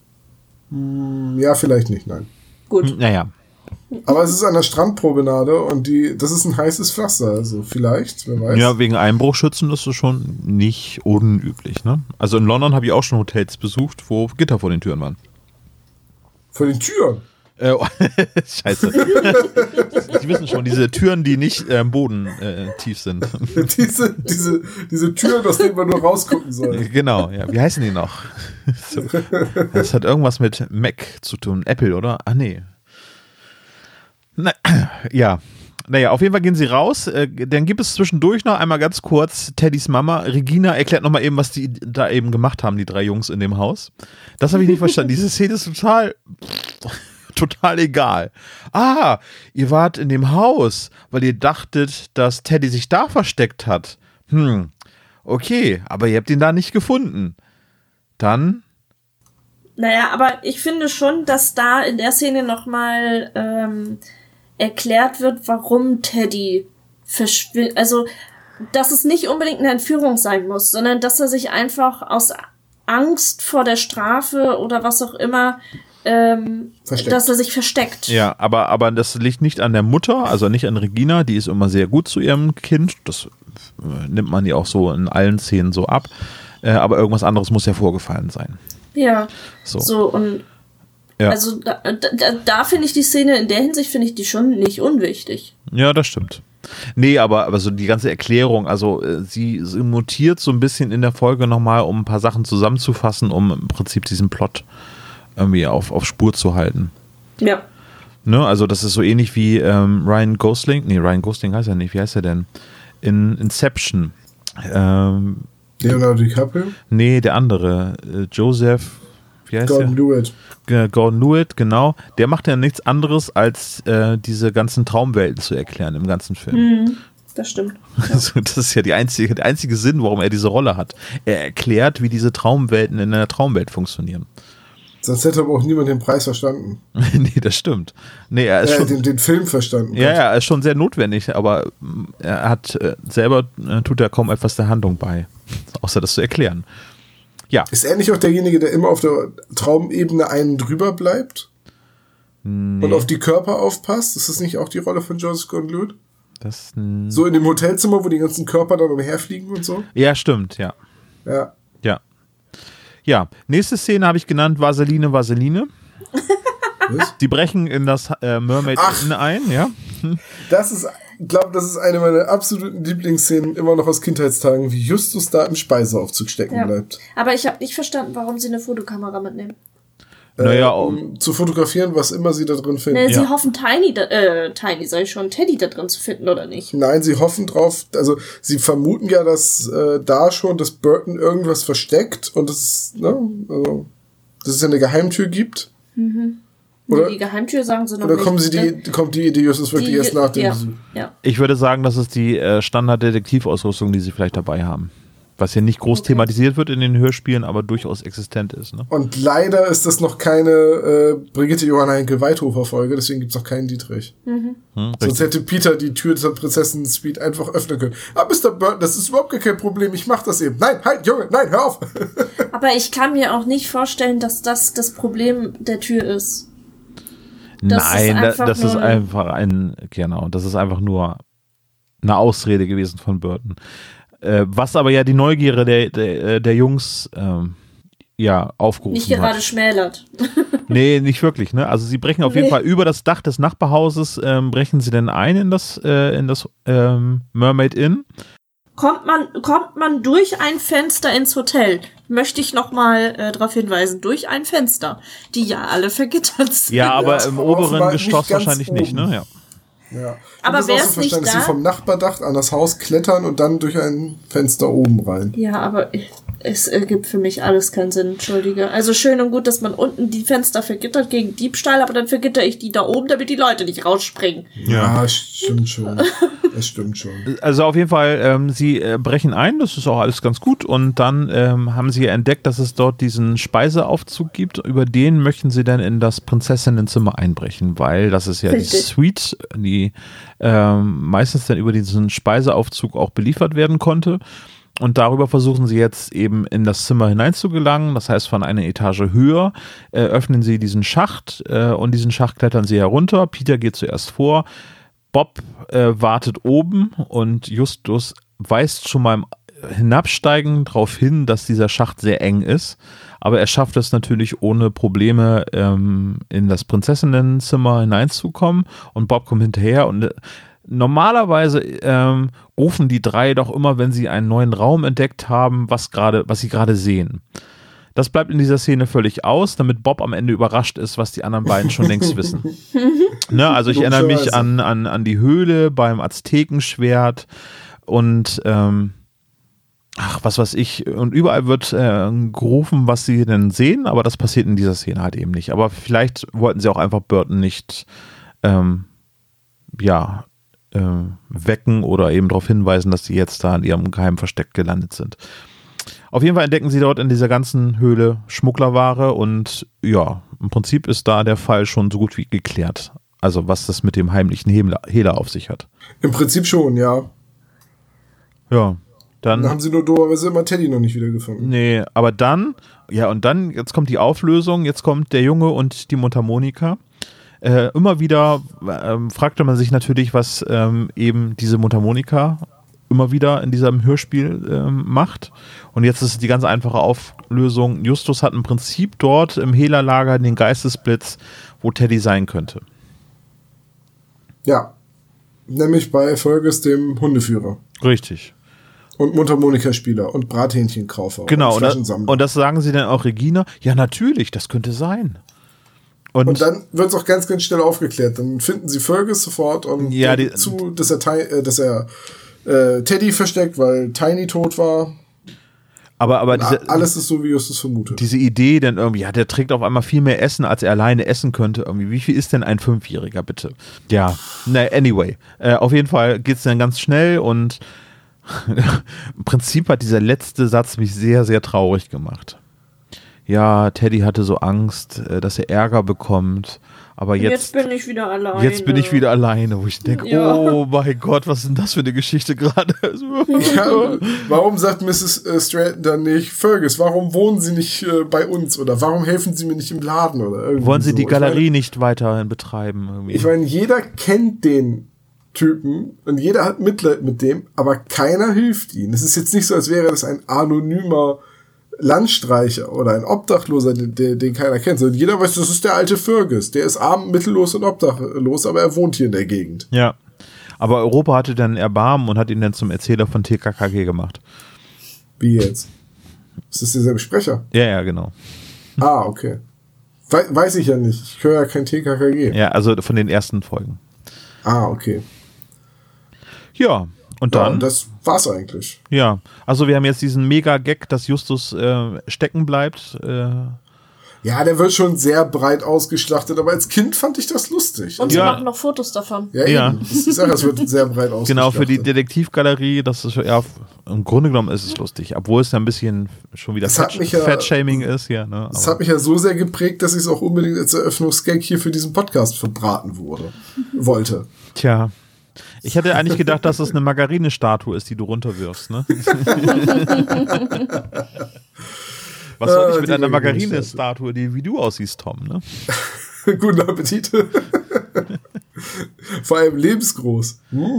Ja, vielleicht nicht, nein. Gut. Naja. Aber es ist an der Strandpromenade und das ist ein heißes Pflaster, also vielleicht, wer weiß. Ja, wegen Einbruchschützen ist es schon nicht unüblich, ne? Also in London habe ich auch schon Hotels besucht, wo Gitter vor den Türen waren. Vor den Türen? Scheiße. Sie wissen schon, diese Türen, die nicht Boden tief sind. diese Türen, aus denen man nur rausgucken soll. Genau, ja. Wie heißen die noch? So. Das hat irgendwas mit Mac zu tun. Apple, oder? Ah, nee. Ja. Naja, auf jeden Fall gehen sie raus. Dann gibt es zwischendurch noch einmal ganz kurz Teddys Mama. Regina erklärt nochmal eben, was die da eben gemacht haben, die 3 Jungs in dem Haus. Das habe ich nicht verstanden. Diese Szene ist total egal. Ah, ihr wart in dem Haus, weil ihr dachtet, dass Teddy sich da versteckt hat. Okay, aber ihr habt ihn da nicht gefunden. Dann? Naja, aber ich finde schon, dass da in der Szene nochmal erklärt wird, warum Teddy verschwindet. Also, dass es nicht unbedingt eine Entführung sein muss, sondern dass er sich einfach aus Angst vor der Strafe oder was auch immer, dass er sich versteckt. Ja, aber das liegt nicht an der Mutter, also nicht an Regina, die ist immer sehr gut zu ihrem Kind, das nimmt man ja auch so in allen Szenen so ab, aber irgendwas anderes muss ja vorgefallen sein. Ja, so und ja. Also da finde ich die Szene, in der Hinsicht finde ich die schon nicht unwichtig. Ja, das stimmt. Nee, aber so die ganze Erklärung, also sie mutiert so ein bisschen in der Folge nochmal, um ein paar Sachen zusammenzufassen, um im Prinzip diesen Plot irgendwie auf Spur zu halten. Ja. Ne, also das ist so ähnlich wie Ryan Gosling heißt er nicht, wie heißt er denn? In Inception. Leonardo DiCaprio? Nee, der andere. Joseph, wie heißt Gordon Lewitt. Gordon Lewitt, genau. Der macht ja nichts anderes, als diese ganzen Traumwelten zu erklären im ganzen Film. Das stimmt. Ja. Also, das ist ja der einzige Sinn, warum er diese Rolle hat. Er erklärt, wie diese Traumwelten in einer Traumwelt funktionieren. Sonst hätte aber auch niemand den Preis verstanden. Nee, das stimmt. Nee, er ist schon, den Film verstanden. Ja, er ist schon sehr notwendig, aber er hat selber tut er kaum etwas der Handlung bei, außer das zu erklären. Ja. Ist er nicht auch derjenige, der immer auf der Traumebene einen drüber bleibt? Nee. Und auf die Körper aufpasst? Ist das nicht auch die Rolle von Joseph Gordon-Levitt? So in dem Hotelzimmer, wo die ganzen Körper dann umherfliegen und so? Ja, stimmt, ja. Ja. Ja, nächste Szene habe ich genannt Vaseline. Was? Die brechen in das Mermaid Inn ein, ja. Ich glaube, das ist eine meiner absoluten Lieblingsszenen immer noch aus Kindheitstagen, wie Justus da im Speiseaufzug stecken bleibt. Aber ich habe nicht verstanden, warum sie eine Fotokamera mitnehmen. Um zu fotografieren, was immer sie da drin finden. Sie hoffen Teddy da drin zu finden, oder nicht? Nein, sie hoffen drauf, also sie vermuten ja, dass dass Burton irgendwas versteckt und dass es ja eine Geheimtür gibt. Mhm. Oder die Geheimtür sagen sie noch oder nicht. Kommt die Idee Justus wirklich erst nach dem Besuch? Ja. Ich würde sagen, das ist die Standard-Detektivausrüstung, die sie vielleicht dabei haben. Was hier nicht groß thematisiert wird in den Hörspielen, aber durchaus existent ist. Ne? Und leider ist das noch keine Brigitte Johanna Henkel-Weithofer-Folge, deswegen gibt es noch keinen Dietrich. Sonst hätte Peter die Tür zur Prinzessin Suite einfach öffnen können. Mr. Burton, das ist überhaupt kein Problem, ich mach das eben. Nein, halt, Junge, nein, hör auf! Aber ich kann mir auch nicht vorstellen, dass das Problem der Tür ist. Das ist einfach nur eine Ausrede gewesen von Burton. Was aber ja die Neugierde der Jungs aufgerufen hat. Nicht gerade schmälert. Nee, nicht wirklich. Ne? Also sie brechen auf jeden Fall über das Dach des Nachbarhauses, brechen sie denn ein in das Mermaid Inn. Kommt man durch ein Fenster ins Hotel? Möchte ich nochmal darauf hinweisen. Durch ein Fenster, die ja alle vergittert sind. Ja, aber im oberen Geschoss wahrscheinlich oben. Nicht, ne? Ja. Aber wer ist nicht da? Dass sie vom Nachbardach an das Haus klettern und dann durch ein Fenster oben rein. Ja, aber es ergibt für mich alles keinen Sinn, entschuldige. Also schön und gut, dass man unten die Fenster vergittert gegen Diebstahl, aber dann vergitter ich die da oben, damit die Leute nicht rausspringen. Ja, stimmt schon. Es stimmt schon. Also auf jeden Fall, sie brechen ein, das ist auch alles ganz gut und dann haben sie entdeckt, dass es dort diesen Speiseaufzug gibt, über den möchten sie dann in das Prinzessinnenzimmer einbrechen, weil das ist ja die Suite, die meistens dann über diesen Speiseaufzug auch beliefert werden konnte. Und darüber versuchen sie jetzt eben in das Zimmer hineinzugelangen. Das heißt, von einer Etage höher öffnen sie diesen Schacht und diesen Schacht klettern sie herunter. Peter geht zuerst vor. Bob wartet oben und Justus weist schon mal im Hinabsteigen darauf hin, dass dieser Schacht sehr eng ist. Aber er schafft es natürlich ohne Probleme in das Prinzessinnenzimmer hineinzukommen und Bob kommt hinterher und normalerweise rufen die drei doch immer, wenn sie einen neuen Raum entdeckt haben, was sie gerade sehen. Das bleibt in dieser Szene völlig aus, damit Bob am Ende überrascht ist, was die anderen beiden schon längst wissen. Ne, also ich erinnere mich an die Höhle beim Aztekenschwert und was weiß ich, und überall wird gerufen, was sie denn sehen, aber das passiert in dieser Szene halt eben nicht. Aber vielleicht wollten sie auch einfach Burton nicht wecken oder eben darauf hinweisen, dass sie jetzt da in ihrem geheimen Versteck gelandet sind. Auf jeden Fall entdecken sie dort in dieser ganzen Höhle Schmugglerware und ja, im Prinzip ist da der Fall schon so gut wie geklärt. Also was das mit dem heimlichen Hehler auf sich hat. Im Prinzip schon, ja. Ja. Dann haben sie nur doberweise immer Teddy noch nicht wiedergefunden. Nee, aber dann, jetzt kommt die Auflösung, jetzt kommt der Junge und die Mundharmonika. Immer wieder fragte man sich natürlich, was eben diese Mundharmonika immer wieder in diesem Hörspiel macht. Und jetzt ist die ganz einfache Auflösung. Justus hat im Prinzip dort im Hehlerlager den Geistesblitz, wo Teddy sein könnte. Ja, nämlich bei Fergus, dem Hundeführer. Richtig. Und Mundharmonikaspieler und Brathähnchenkaufer. Genau, und das sagen sie dann auch Regina. Ja, natürlich, das könnte sein. Und dann wird es auch ganz, ganz schnell aufgeklärt. Dann finden sie Fergus sofort und dass er Teddy versteckt, weil Tiny tot war. Aber alles ist so, wie Justus vermutet. Diese Idee, denn irgendwie, der trägt auf einmal viel mehr Essen, als er alleine essen könnte. Irgendwie, wie viel ist denn ein 5-Jähriger, bitte? Ja, anyway. Auf jeden Fall geht es dann ganz schnell und im Prinzip hat dieser letzte Satz mich sehr, sehr traurig gemacht. Ja, Teddy hatte so Angst, dass er Ärger bekommt. Aber jetzt bin ich wieder alleine. Jetzt bin ich wieder alleine, wo ich denke, oh mein Gott, was ist denn das für eine Geschichte gerade? Ja, warum sagt Mrs. Stratton dann nicht, Fergus, warum wohnen Sie nicht bei uns? Oder warum helfen Sie mir nicht im Laden? Oder irgendwie wollen Sie die Galerie nicht weiterhin betreiben? Irgendwie? Ich meine, jeder kennt den Typen und jeder hat Mitleid mit dem, aber keiner hilft ihnen. Es ist jetzt nicht so, als wäre das ein anonymer Landstreicher oder ein Obdachloser, den keiner kennt, sondern jeder weiß, das ist der alte Fergus. Der ist arm, mittellos und obdachlos, aber er wohnt hier in der Gegend. Ja, aber Europa hatte dann Erbarmen und hat ihn dann zum Erzähler von TKKG gemacht. Wie jetzt? Ist das derselbe Sprecher? Ja, genau. Ah, okay. Weiß ich ja nicht. Ich höre ja kein TKKG. Ja, also von den ersten Folgen. Ah, okay. Ja, und dann? Ja, und das war's eigentlich. Ja, also wir haben jetzt diesen Mega-Gag, dass Justus stecken bleibt. Ja, der wird schon sehr breit ausgeschlachtet, aber als Kind fand ich das lustig. Und sie machen noch Fotos davon. Ja. Eben. Das wird sehr breit ausgeschlachtet. Genau, für die Detektivgalerie, das ist im Grunde genommen ist es lustig, obwohl es ja ein bisschen schon wieder Fat-Shaming ist. Ja, ne, das hat mich ja so sehr geprägt, dass ich es auch unbedingt als Eröffnungsgag hier für diesen Podcast verbraten wollte. Tja. Ich hätte eigentlich gedacht, dass es eine Margarine-Statue ist, die du runterwirfst, ne? Was soll ich mit einer Margarine-Statue, die wie du aussiehst, Tom, ne? Guten Appetit. Vor allem lebensgroß.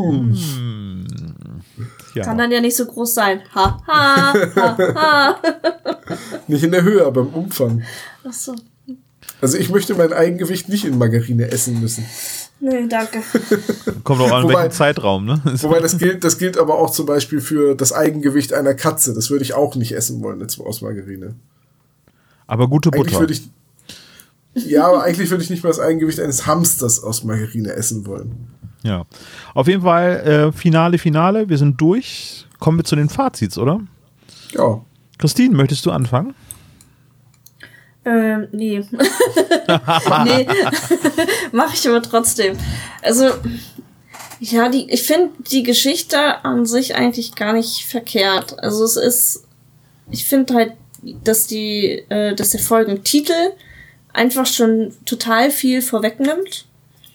Ja. Kann dann ja nicht so groß sein. Ha, ha, ha, ha. Nicht in der Höhe, aber im Umfang. Ach so. Also ich möchte mein Eigengewicht nicht in Margarine essen müssen. Nee, danke. Kommt auch an welchen Zeitraum, ne? Wobei das gilt aber auch zum Beispiel für das Eigengewicht einer Katze. Das würde ich auch nicht essen wollen jetzt aus Margarine. Aber gute Butter. Aber eigentlich würde ich nicht mal das Eigengewicht eines Hamsters aus Margarine essen wollen. Ja. Auf jeden Fall Finale. Wir sind durch. Kommen wir zu den Fazits, oder? Ja. Christine, möchtest du anfangen? Nee. Nee. Mach ich aber trotzdem. Also, ja, ich finde die Geschichte an sich eigentlich gar nicht verkehrt. Also ich finde halt, dass der Folgentitel einfach schon total viel vorwegnimmt.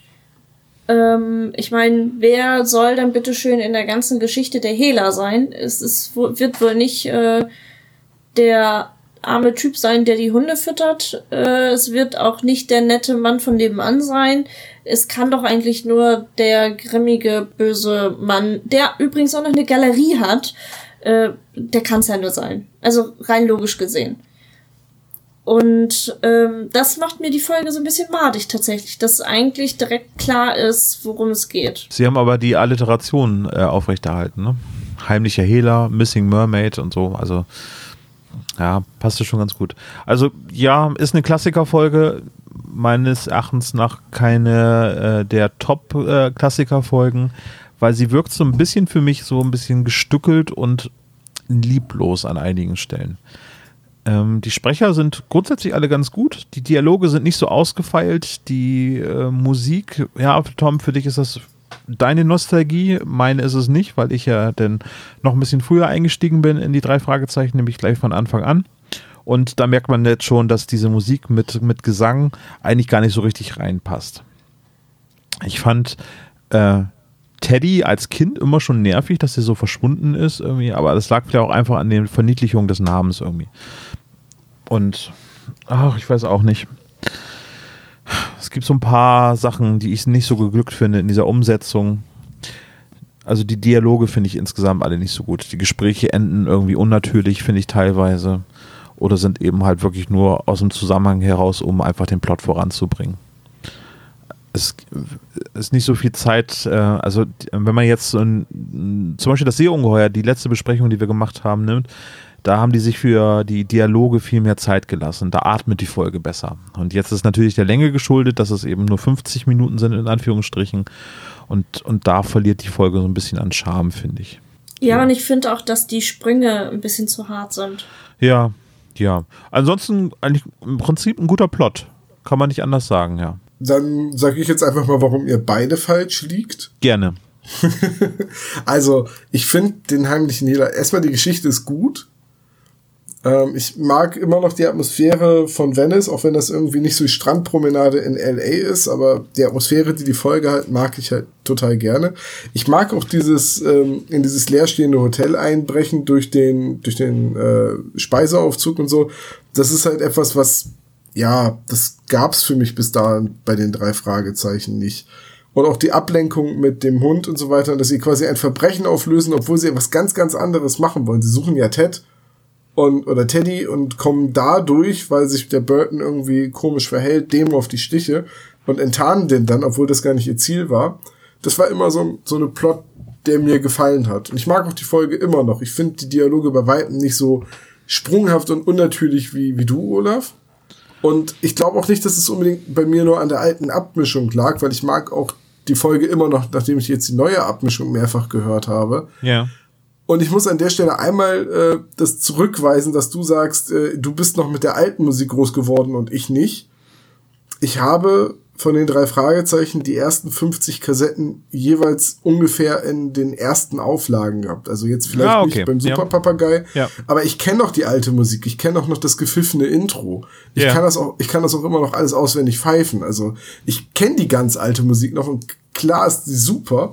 Ich meine, wer soll dann bitteschön in der ganzen Geschichte der Hehler sein? Wird wohl nicht der arme Typ sein, der die Hunde füttert. Es wird auch nicht der nette Mann von nebenan sein. Es kann doch eigentlich nur der grimmige, böse Mann, der übrigens auch noch eine Galerie hat, der kann es ja nur sein. Also rein logisch gesehen. Und das macht mir die Folge so ein bisschen madig tatsächlich, dass eigentlich direkt klar ist, worum es geht. Sie haben aber die Alliteration aufrechterhalten, ne? Heimlicher Hehler, Missing Mermaid und so, also ja, passt schon ganz gut. Also ja, ist eine Klassikerfolge, meines Erachtens nach keine der Top-Klassikerfolgen, weil sie wirkt so ein bisschen für mich so ein bisschen gestückelt und lieblos an einigen Stellen. Die Sprecher sind grundsätzlich alle ganz gut, die Dialoge sind nicht so ausgefeilt, die Musik, ja, Tom, für dich ist das deine Nostalgie, meine ist es nicht, weil ich ja dann noch ein bisschen früher eingestiegen bin in die 3 Fragezeichen, nämlich gleich von Anfang an. Und da merkt man jetzt schon, dass diese Musik mit Gesang eigentlich gar nicht so richtig reinpasst. Ich fand Teddy als Kind immer schon nervig, dass er so verschwunden ist irgendwie, aber das lag vielleicht auch einfach an der Verniedlichung des Namens irgendwie. Und, ich weiß auch nicht. Es gibt so ein paar Sachen, die ich nicht so geglückt finde in dieser Umsetzung. Also die Dialoge finde ich insgesamt alle nicht so gut. Die Gespräche enden irgendwie unnatürlich, finde ich teilweise. Oder sind eben halt wirklich nur aus dem Zusammenhang heraus, um einfach den Plot voranzubringen. Es ist nicht so viel Zeit, also wenn man jetzt zum Beispiel das Seeungeheuer, die letzte Besprechung, die wir gemacht haben, nimmt, da haben die sich für die Dialoge viel mehr Zeit gelassen. Da atmet die Folge besser. Und jetzt ist natürlich der Länge geschuldet, dass es eben nur 50 Minuten sind, in Anführungsstrichen. Und da verliert die Folge so ein bisschen an Charme, finde ich. Ja, und ich finde auch, dass die Sprünge ein bisschen zu hart sind. Ja. Ansonsten eigentlich im Prinzip ein guter Plot. Kann man nicht anders sagen, ja. Dann sage ich jetzt einfach mal, warum ihr beide falsch liegt. Gerne. Also, ich finde den heimlichen Hehler, erstmal die Geschichte ist gut. Ich mag immer noch die Atmosphäre von Venice, auch wenn das irgendwie nicht so die Strandpromenade in L.A. ist, aber die Atmosphäre, die Folge hat, mag ich halt total gerne. Ich mag auch dieses in dieses leerstehende Hotel einbrechen durch den Speiseaufzug und so. Das ist halt etwas, was, ja, das gab's für mich bis dahin bei den 3 Fragezeichen nicht. Und auch die Ablenkung mit dem Hund und so weiter, dass sie quasi ein Verbrechen auflösen, obwohl sie etwas ganz, ganz anderes machen wollen. Sie suchen ja oder Teddy und kommen dadurch, weil sich der Burton irgendwie komisch verhält, dem auf die Stiche und enttarnen den dann, obwohl das gar nicht ihr Ziel war. Das war immer so eine Plot, der mir gefallen hat. Und ich mag auch die Folge immer noch. Ich finde die Dialoge bei Weitem nicht so sprunghaft und unnatürlich wie du, Olaf. Und ich glaube auch nicht, dass es unbedingt bei mir nur an der alten Abmischung lag, weil ich mag auch die Folge immer noch, nachdem ich jetzt die neue Abmischung mehrfach gehört habe. Ja. Und ich muss an der Stelle einmal das zurückweisen, dass du sagst, du bist noch mit der alten Musik groß geworden und ich nicht. Ich habe von den 3 Fragezeichen die ersten 50 Kassetten jeweils ungefähr in den ersten Auflagen gehabt. Also jetzt vielleicht nicht beim Superpapagei, aber ich kenne noch die alte Musik. Ich kenne auch noch das gepfiffene Intro. Ich kann das auch immer noch alles auswendig pfeifen. Also ich kenne die ganz alte Musik noch und klar ist sie super.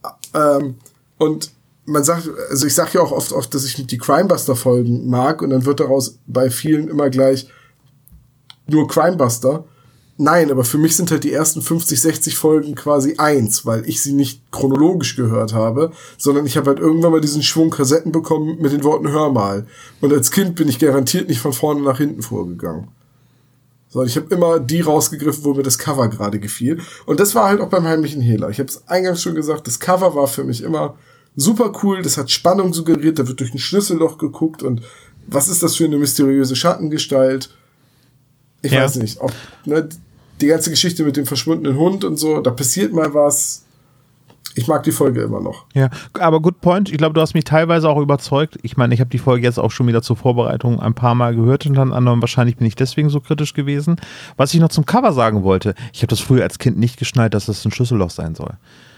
Und man sagt, also ich sage ja auch oft, dass ich die Crimebuster-Folgen mag und dann wird daraus bei vielen immer gleich nur Crimebuster. Nein, aber für mich sind halt die ersten 50, 60 Folgen quasi eins, weil ich sie nicht chronologisch gehört habe, sondern ich habe halt irgendwann mal diesen Schwung Kassetten bekommen mit den Worten Hör mal. Und als Kind bin ich garantiert nicht von vorne nach hinten vorgegangen. Sondern ich habe immer die rausgegriffen, wo mir das Cover gerade gefiel. Und das war halt auch beim heimlichen Hehler. Ich habe es eingangs schon gesagt, das Cover war für mich immer super cool, das hat Spannung suggeriert, da wird durch ein Schlüsselloch geguckt und was ist das für eine mysteriöse Schattengestalt? Ich weiß nicht, auch die ganze Geschichte mit dem verschwundenen Hund und so, da passiert mal was. Ich mag die Folge immer noch. Ja, aber good point. Ich glaube, du hast mich teilweise auch überzeugt. Ich meine, ich habe die Folge jetzt auch schon wieder zur Vorbereitung ein paar Mal gehört und dann anderen wahrscheinlich bin ich deswegen so kritisch gewesen. Was ich noch zum Cover sagen wollte, ich habe das früher als Kind nicht geschnallt, dass das ein Schlüsselloch sein soll.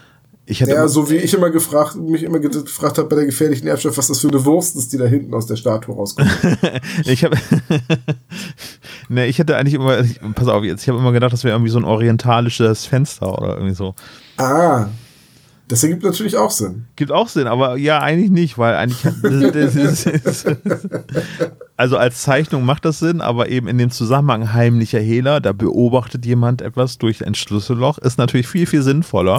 So wie ich mich immer gefragt habe bei der gefährlichen Erbschaft, was das für eine Wurst ist, die da hinten aus der Statue rauskommt. Ich hätte eigentlich immer, pass auf jetzt, ich habe immer gedacht, das wäre irgendwie so ein orientalisches Fenster oder irgendwie so. Ah, das ergibt natürlich auch Sinn. Gibt auch Sinn, aber ja, eigentlich nicht, weil eigentlich also als Zeichnung macht das Sinn, aber eben in dem Zusammenhang heimlicher Hehler, da beobachtet jemand etwas durch ein Schlüsselloch, ist natürlich viel, viel sinnvoller.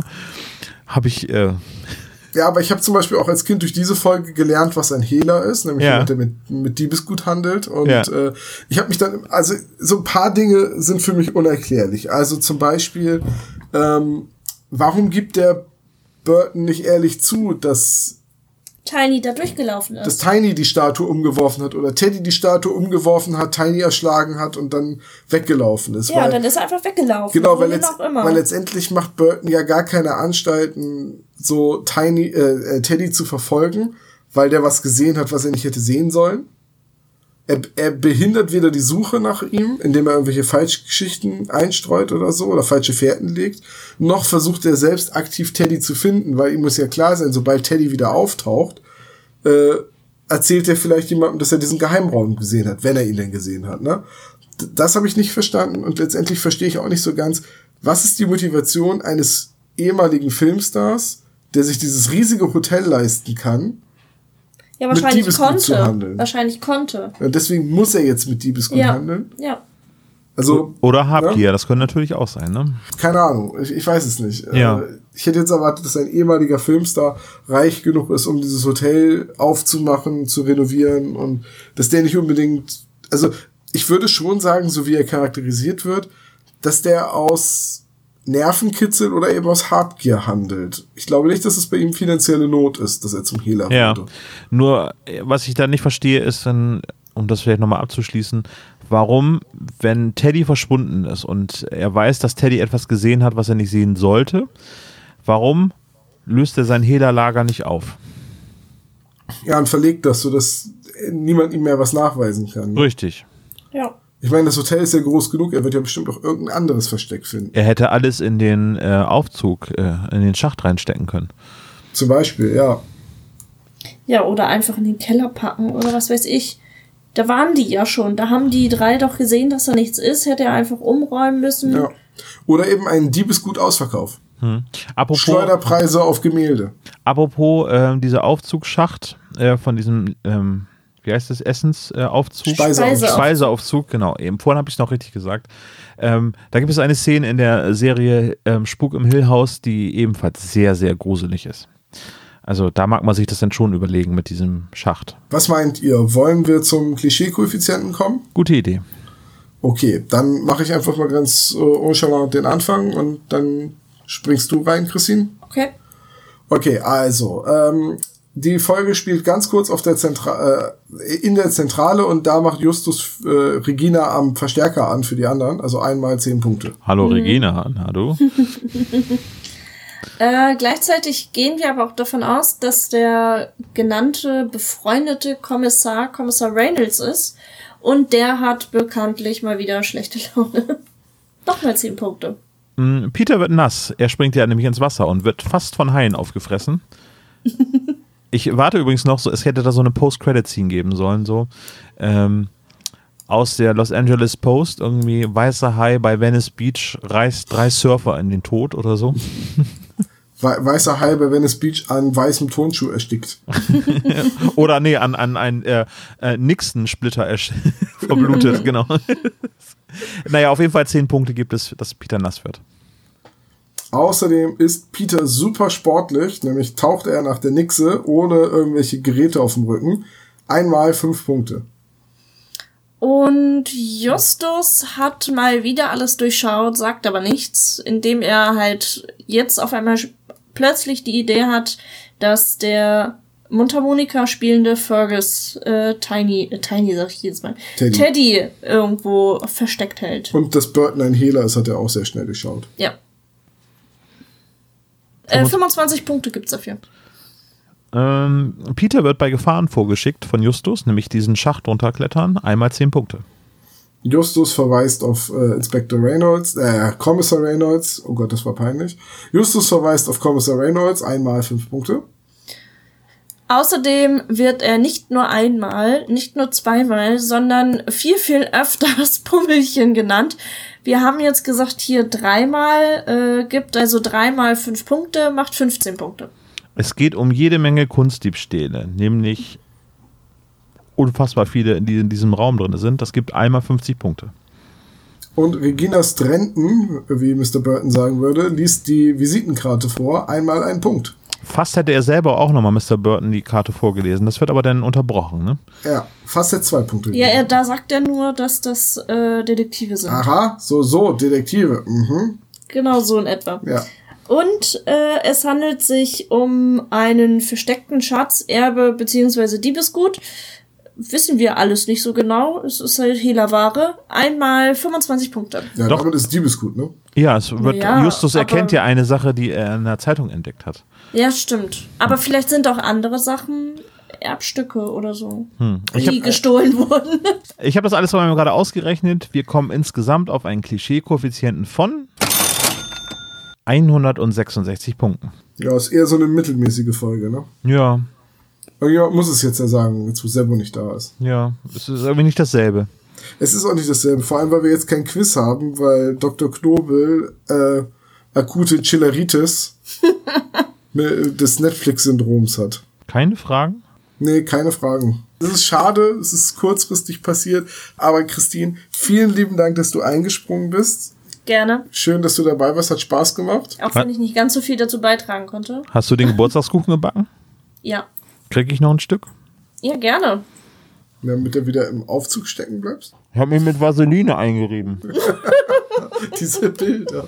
Ja, aber ich habe zum Beispiel auch als Kind durch diese Folge gelernt, was ein Hehler ist, nämlich jemand, der mit Diebesgut handelt. Und ich habe mich dann, also so ein paar Dinge sind für mich unerklärlich. Also zum Beispiel, warum gibt der Burton nicht ehrlich zu, dass Tiny da durchgelaufen ist. Dass Tiny die Statue umgeworfen hat oder Teddy die Statue umgeworfen hat, Tiny erschlagen hat und dann weggelaufen ist. Ja, dann ist er einfach weggelaufen. Genau, weil letztendlich macht Burton ja gar keine Anstalten, so Teddy zu verfolgen, weil der was gesehen hat, was er nicht hätte sehen sollen. Er behindert weder die Suche nach ihm, indem er irgendwelche Falschgeschichten einstreut oder so, oder falsche Fährten legt, noch versucht er selbst aktiv Teddy zu finden, weil ihm muss ja klar sein, sobald Teddy wieder auftaucht, erzählt er vielleicht jemandem, dass er diesen Geheimraum gesehen hat, wenn er ihn denn gesehen hat, ne? Das habe ich nicht verstanden und letztendlich verstehe ich auch nicht so ganz, was ist die Motivation eines ehemaligen Filmstars, der sich dieses riesige Hotel leisten kann, Ja, mit wahrscheinlich Diebesgut zu konnte. handeln. Wahrscheinlich konnte. Ja, deswegen muss er jetzt mit Diebesgut Ja. handeln. Ja. Also, Oder Habgier, ja, das könnte natürlich auch sein, ne? keine Ahnung, ich weiß es nicht. Ja. Ich hätte jetzt erwartet, dass ein ehemaliger Filmstar reich genug ist, um dieses Hotel aufzumachen, zu renovieren und dass der nicht unbedingt, also ich würde schon sagen, so wie er charakterisiert wird, dass der aus Nervenkitzel oder eben aus Habgier handelt. Ich glaube nicht, dass es bei ihm finanzielle Not ist, dass er zum Hehler Ja. wurde. Nur, was ich da nicht verstehe, ist dann, um das vielleicht nochmal abzuschließen, warum, wenn Teddy verschwunden ist und er weiß, dass Teddy etwas gesehen hat, was er nicht sehen sollte, warum löst er sein Hehlerlager nicht auf? Ja, und verlegt das, sodass niemand ihm mehr was nachweisen kann. Richtig. Ja. Ich meine, das Hotel ist ja groß genug, er wird ja bestimmt auch irgendein anderes Versteck finden. Er hätte alles in den Aufzug, in den Schacht reinstecken können. Zum Beispiel, ja. Ja, oder einfach in den Keller packen oder was weiß ich. Da waren die ja schon. Da haben die 3 doch gesehen, dass da nichts ist. Hätte er einfach umräumen müssen. Ja. Oder eben einen Diebesgut-Ausverkauf. Apropos Schleuderpreise auf Gemälde. dieser Aufzugsschacht von diesem, wie heißt das, Essensaufzug? Speiseaufzug. Speiseaufzug, genau. Eben vorhin habe ich es noch richtig gesagt. Da gibt es eine Szene in der Serie Spuk im Hill House, die ebenfalls sehr, sehr gruselig ist. Also da mag man sich das dann schon überlegen mit diesem Schacht. Was meint ihr? Wollen wir zum Klischee-Koeffizienten kommen? Gute Idee. Okay, dann mache ich einfach mal ganz nonchalant den Anfang und dann springst du rein, Christine. Okay. Okay, also, die Folge spielt ganz kurz auf der in der Zentrale und da macht Justus Regina am Verstärker an für die anderen, also einmal 10 Punkte. Hallo Regina, na du? Gleichzeitig gehen wir aber auch davon aus, dass der genannte befreundete Kommissar Reynolds ist und der hat bekanntlich mal wieder schlechte Laune. Nochmal 10 Punkte. Peter wird nass. Er springt ja nämlich ins Wasser und wird fast von Haien aufgefressen. Ich warte übrigens noch, es hätte da so eine Post-Credit-Scene geben sollen, so. Aus der Los Angeles Post, irgendwie weißer Hai bei Venice Beach reißt 3 Surfer in den Tod oder so. Weißer Hai bei Venice Beach an weißem Turnschuh erstickt. Oder nee, an einen Nixon-Splitter verblutet, genau. Naja, auf jeden Fall 10 Punkte gibt es, dass Peter nass wird. Außerdem ist Peter super sportlich, nämlich taucht er nach der Nixe ohne irgendwelche Geräte auf dem Rücken. Einmal 5 Punkte. Und Justus hat mal wieder alles durchschaut, sagt aber nichts, indem er halt jetzt auf einmal plötzlich die Idee hat, dass der Mundharmonika spielende Fergus Tiny sag ich jedes Mal, Teddy irgendwo versteckt hält. Und dass Burton ein Hehler ist, hat er auch sehr schnell durchschaut. Ja. 25 Punkte gibt's dafür. Peter wird bei Gefahren vorgeschickt von Justus, nämlich diesen Schacht runterklettern, einmal 10 Punkte. Justus verweist auf Kommissar Reynolds, oh Gott, das war peinlich. Justus verweist auf Kommissar Reynolds, einmal 5 Punkte. Außerdem wird er nicht nur einmal, nicht nur zweimal, sondern viel, viel öfter das Pummelchen genannt. Wir haben jetzt gesagt, hier 3-mal, gibt also 3 mal 5 Punkte, macht 15 Punkte. Es geht um jede Menge Kunstdiebstähle, nämlich unfassbar viele, die in diesem Raum drin sind. Das gibt einmal 50 Punkte. Und Regina Strenton, wie Mr. Burton sagen würde, liest die Visitenkarte vor, einmal 1 Punkt. Fast hätte er selber auch nochmal Mr. Burton die Karte vorgelesen. Das wird aber dann unterbrochen, ne? Ja, fast jetzt 2 Punkte. Ja, da sagt er nur, dass das Detektive sind. Aha, so, Detektive. Mhm. Genau so in etwa. Ja. Und es handelt sich um einen versteckten Schatz, Erbe bzw. Diebesgut. Wissen wir alles nicht so genau. Es ist halt Hehlerware. Einmal 25 Punkte. Ja, Doch. damit ist Diebesgut, ne? Ja, es wird, Ja, Justus erkennt ja eine Sache, die er in der Zeitung entdeckt hat. Ja, stimmt. Aber vielleicht sind auch andere Sachen Erbstücke oder so, die gestohlen wurden. Ich habe das alles mal gerade ausgerechnet. Wir kommen insgesamt auf einen Klischee-Koeffizienten von 166 Punkten. Ja, ist eher so eine mittelmäßige Folge, ne? Ja, Irgendjemand muss es jetzt ja sagen, jetzt wo Sebo nicht da ist. ja, es ist irgendwie nicht dasselbe. Es ist auch nicht dasselbe, vor allem, weil wir jetzt kein Quiz haben, weil Dr. Knobel akute Chilleritis des Netflix-Syndroms hat. Keine Fragen? Nee, keine Fragen. Es ist schade, es ist kurzfristig passiert, aber Christine, vielen lieben Dank, dass du eingesprungen bist. Gerne. Schön, dass du dabei warst, hat Spaß gemacht. Auch wenn ich nicht ganz so viel dazu beitragen konnte. Hast du den Geburtstagskuchen gebacken? Ja. Krieg ich noch ein Stück? Ja, gerne. Ja, damit du wieder im Aufzug stecken bleibst. Ich habe mich mit Vaseline eingerieben. Diese Bilder.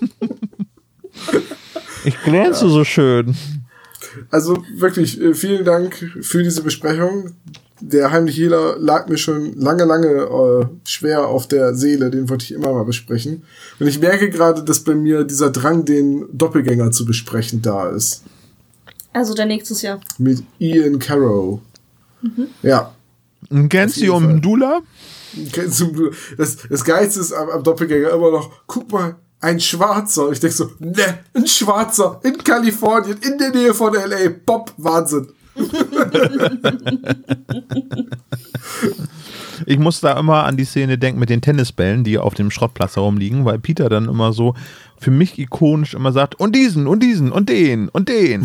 Ich glänze so schön. Also wirklich, vielen Dank für diese Besprechung. Der heimliche Hehler lag mir schon lange schwer auf der Seele. Den wollte ich immer mal besprechen. Und ich merke gerade, dass bei mir dieser Drang, den Doppelgänger zu besprechen, da ist. Also der nächstes Jahr. Mit Ian Carroll. Ja. Ein Gensium Dula? Das Geilste ist am Doppelgänger immer noch, guck mal, ein Schwarzer. Ich denke so, ne, ein Schwarzer in Kalifornien, in der Nähe von L.A. Bob, Wahnsinn. Ich muss da immer an die Szene denken mit den Tennisbällen, die auf dem Schrottplatz herumliegen, weil Peter dann immer so für mich ikonisch immer sagt, und diesen, und diesen, und den, und den.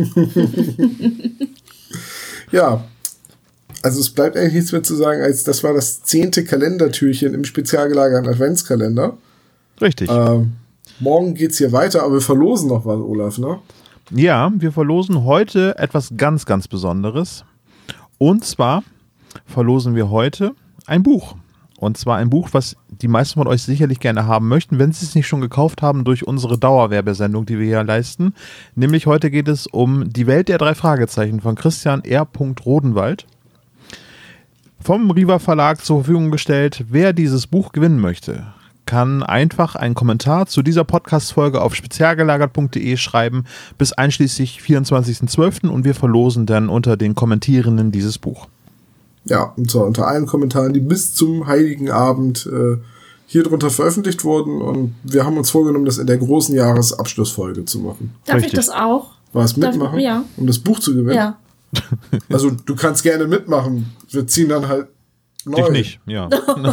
Ja. Also es bleibt eigentlich nichts mehr zu sagen, als das war das 10. Kalendertürchen im spezial gelagerten Adventskalender. Richtig. Morgen geht's hier weiter, aber wir verlosen noch was, Olaf, ne? Ja, wir verlosen heute etwas ganz, ganz Besonderes. Und zwar verlosen wir heute ein Buch. Und zwar ein Buch, was die meisten von euch sicherlich gerne haben möchten, wenn sie es nicht schon gekauft haben durch unsere Dauerwerbesendung, die wir hier leisten. Nämlich heute geht es um Die Welt der 3 Fragezeichen von Christian R. Rodenwald. Vom Riva Verlag zur Verfügung gestellt. Wer dieses Buch gewinnen möchte, kann einfach einen Kommentar zu dieser Podcast-Folge auf spezialgelagert.de schreiben bis einschließlich 24.12. und wir verlosen dann unter den Kommentierenden dieses Buch. Ja, und zwar unter allen Kommentaren, die bis zum Heiligen Abend hier drunter veröffentlicht wurden, und wir haben uns vorgenommen, das in der großen Jahresabschlussfolge zu machen. Darf Richtig. ich das auch? War es mitmachen? Ja. Um das Buch zu gewinnen? Ja. Also du kannst gerne mitmachen. Wir ziehen dann halt neu. Ich nicht, ja.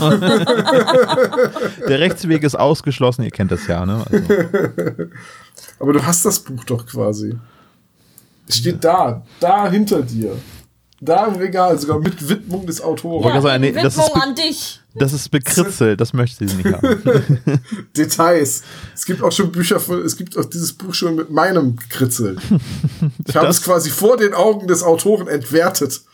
Der Rechtsweg ist ausgeschlossen, ihr kennt das ja, ne? Also. Aber du hast das Buch doch quasi. Es steht da hinter dir. Da im Regal, sogar mit Widmung des Autors. Ja. sagen, nee, das Widmung ist an dich. Das ist bekritzelt, das möchte sie nicht haben. Details. Es gibt auch schon es gibt auch dieses Buch schon mit meinem gekritzelt. Ich habe es quasi vor den Augen des Autoren entwertet.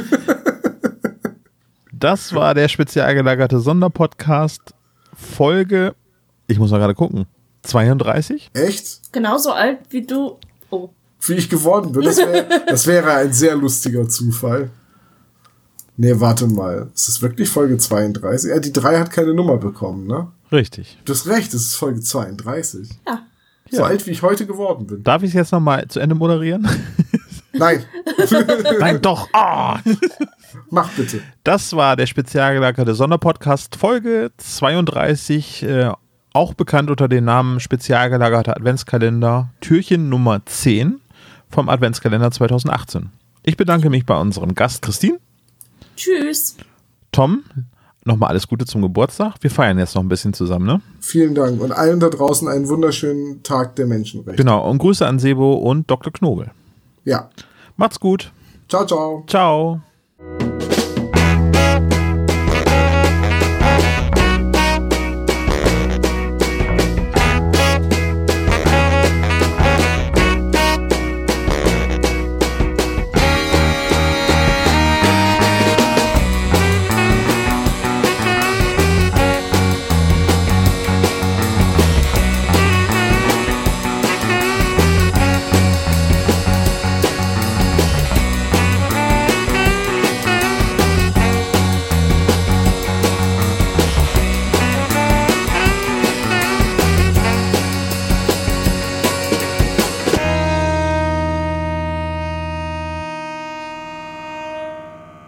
Das war der spezial gelagerte Sonderpodcast Folge, ich muss mal gerade gucken, 32? Echt? Genauso alt wie du. Oh. Wie ich geworden bin. Das wäre ein sehr lustiger Zufall. Nee, warte mal. Ist das wirklich Folge 32? Ja, die 3 hat keine Nummer bekommen, ne? Richtig. Du hast recht, es ist Folge 32. Ja. So alt, wie ich heute geworden bin. Darf ich es jetzt nochmal zu Ende moderieren? Nein. Nein, doch. Oh. Mach bitte. Das war der spezial gelagerte Sonderpodcast Folge 32, auch bekannt unter dem Namen spezial gelagerter Adventskalender, Türchen Nummer 10 vom Adventskalender 2018. Ich bedanke mich bei unserem Gast Christine. Tschüss. Tom, nochmal alles Gute zum Geburtstag. Wir feiern jetzt noch ein bisschen zusammen, ne? Vielen Dank und allen da draußen einen wunderschönen Tag der Menschenrechte. Genau, und Grüße an Sebo und Dr. Knobel. Ja. Macht's gut. Ciao, ciao. Ciao.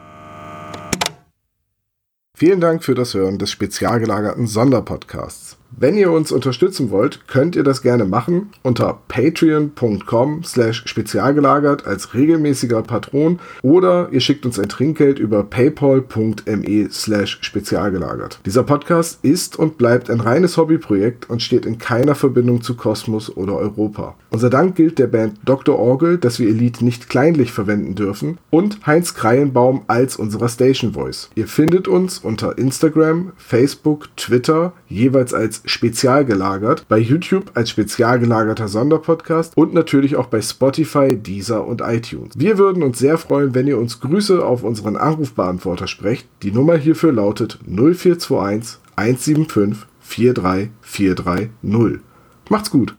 Vielen Dank für das Hören des spezial gelagerten Sonderpodcasts. Wenn ihr uns unterstützen wollt, könnt ihr das gerne machen unter patreon.com/spezialgelagert als regelmäßiger Patron oder ihr schickt uns ein Trinkgeld über paypal.me/spezialgelagert. Dieser Podcast ist und bleibt ein reines Hobbyprojekt und steht in keiner Verbindung zu Kosmos oder Europa. Unser Dank gilt der Band Dr. Orgel, dass wir ihr Lied nicht kleinlich verwenden dürfen, und Heinz Kreienbaum als unserer Station Voice. Ihr findet uns unter Instagram, Facebook, Twitter, jeweils als Spezialgelagert, bei YouTube als spezialgelagerter Sonderpodcast und natürlich auch bei Spotify, Deezer und iTunes. Wir würden uns sehr freuen, wenn ihr uns Grüße auf unseren Anrufbeantworter sprecht. Die Nummer hierfür lautet 0421 175 43430. Macht's gut!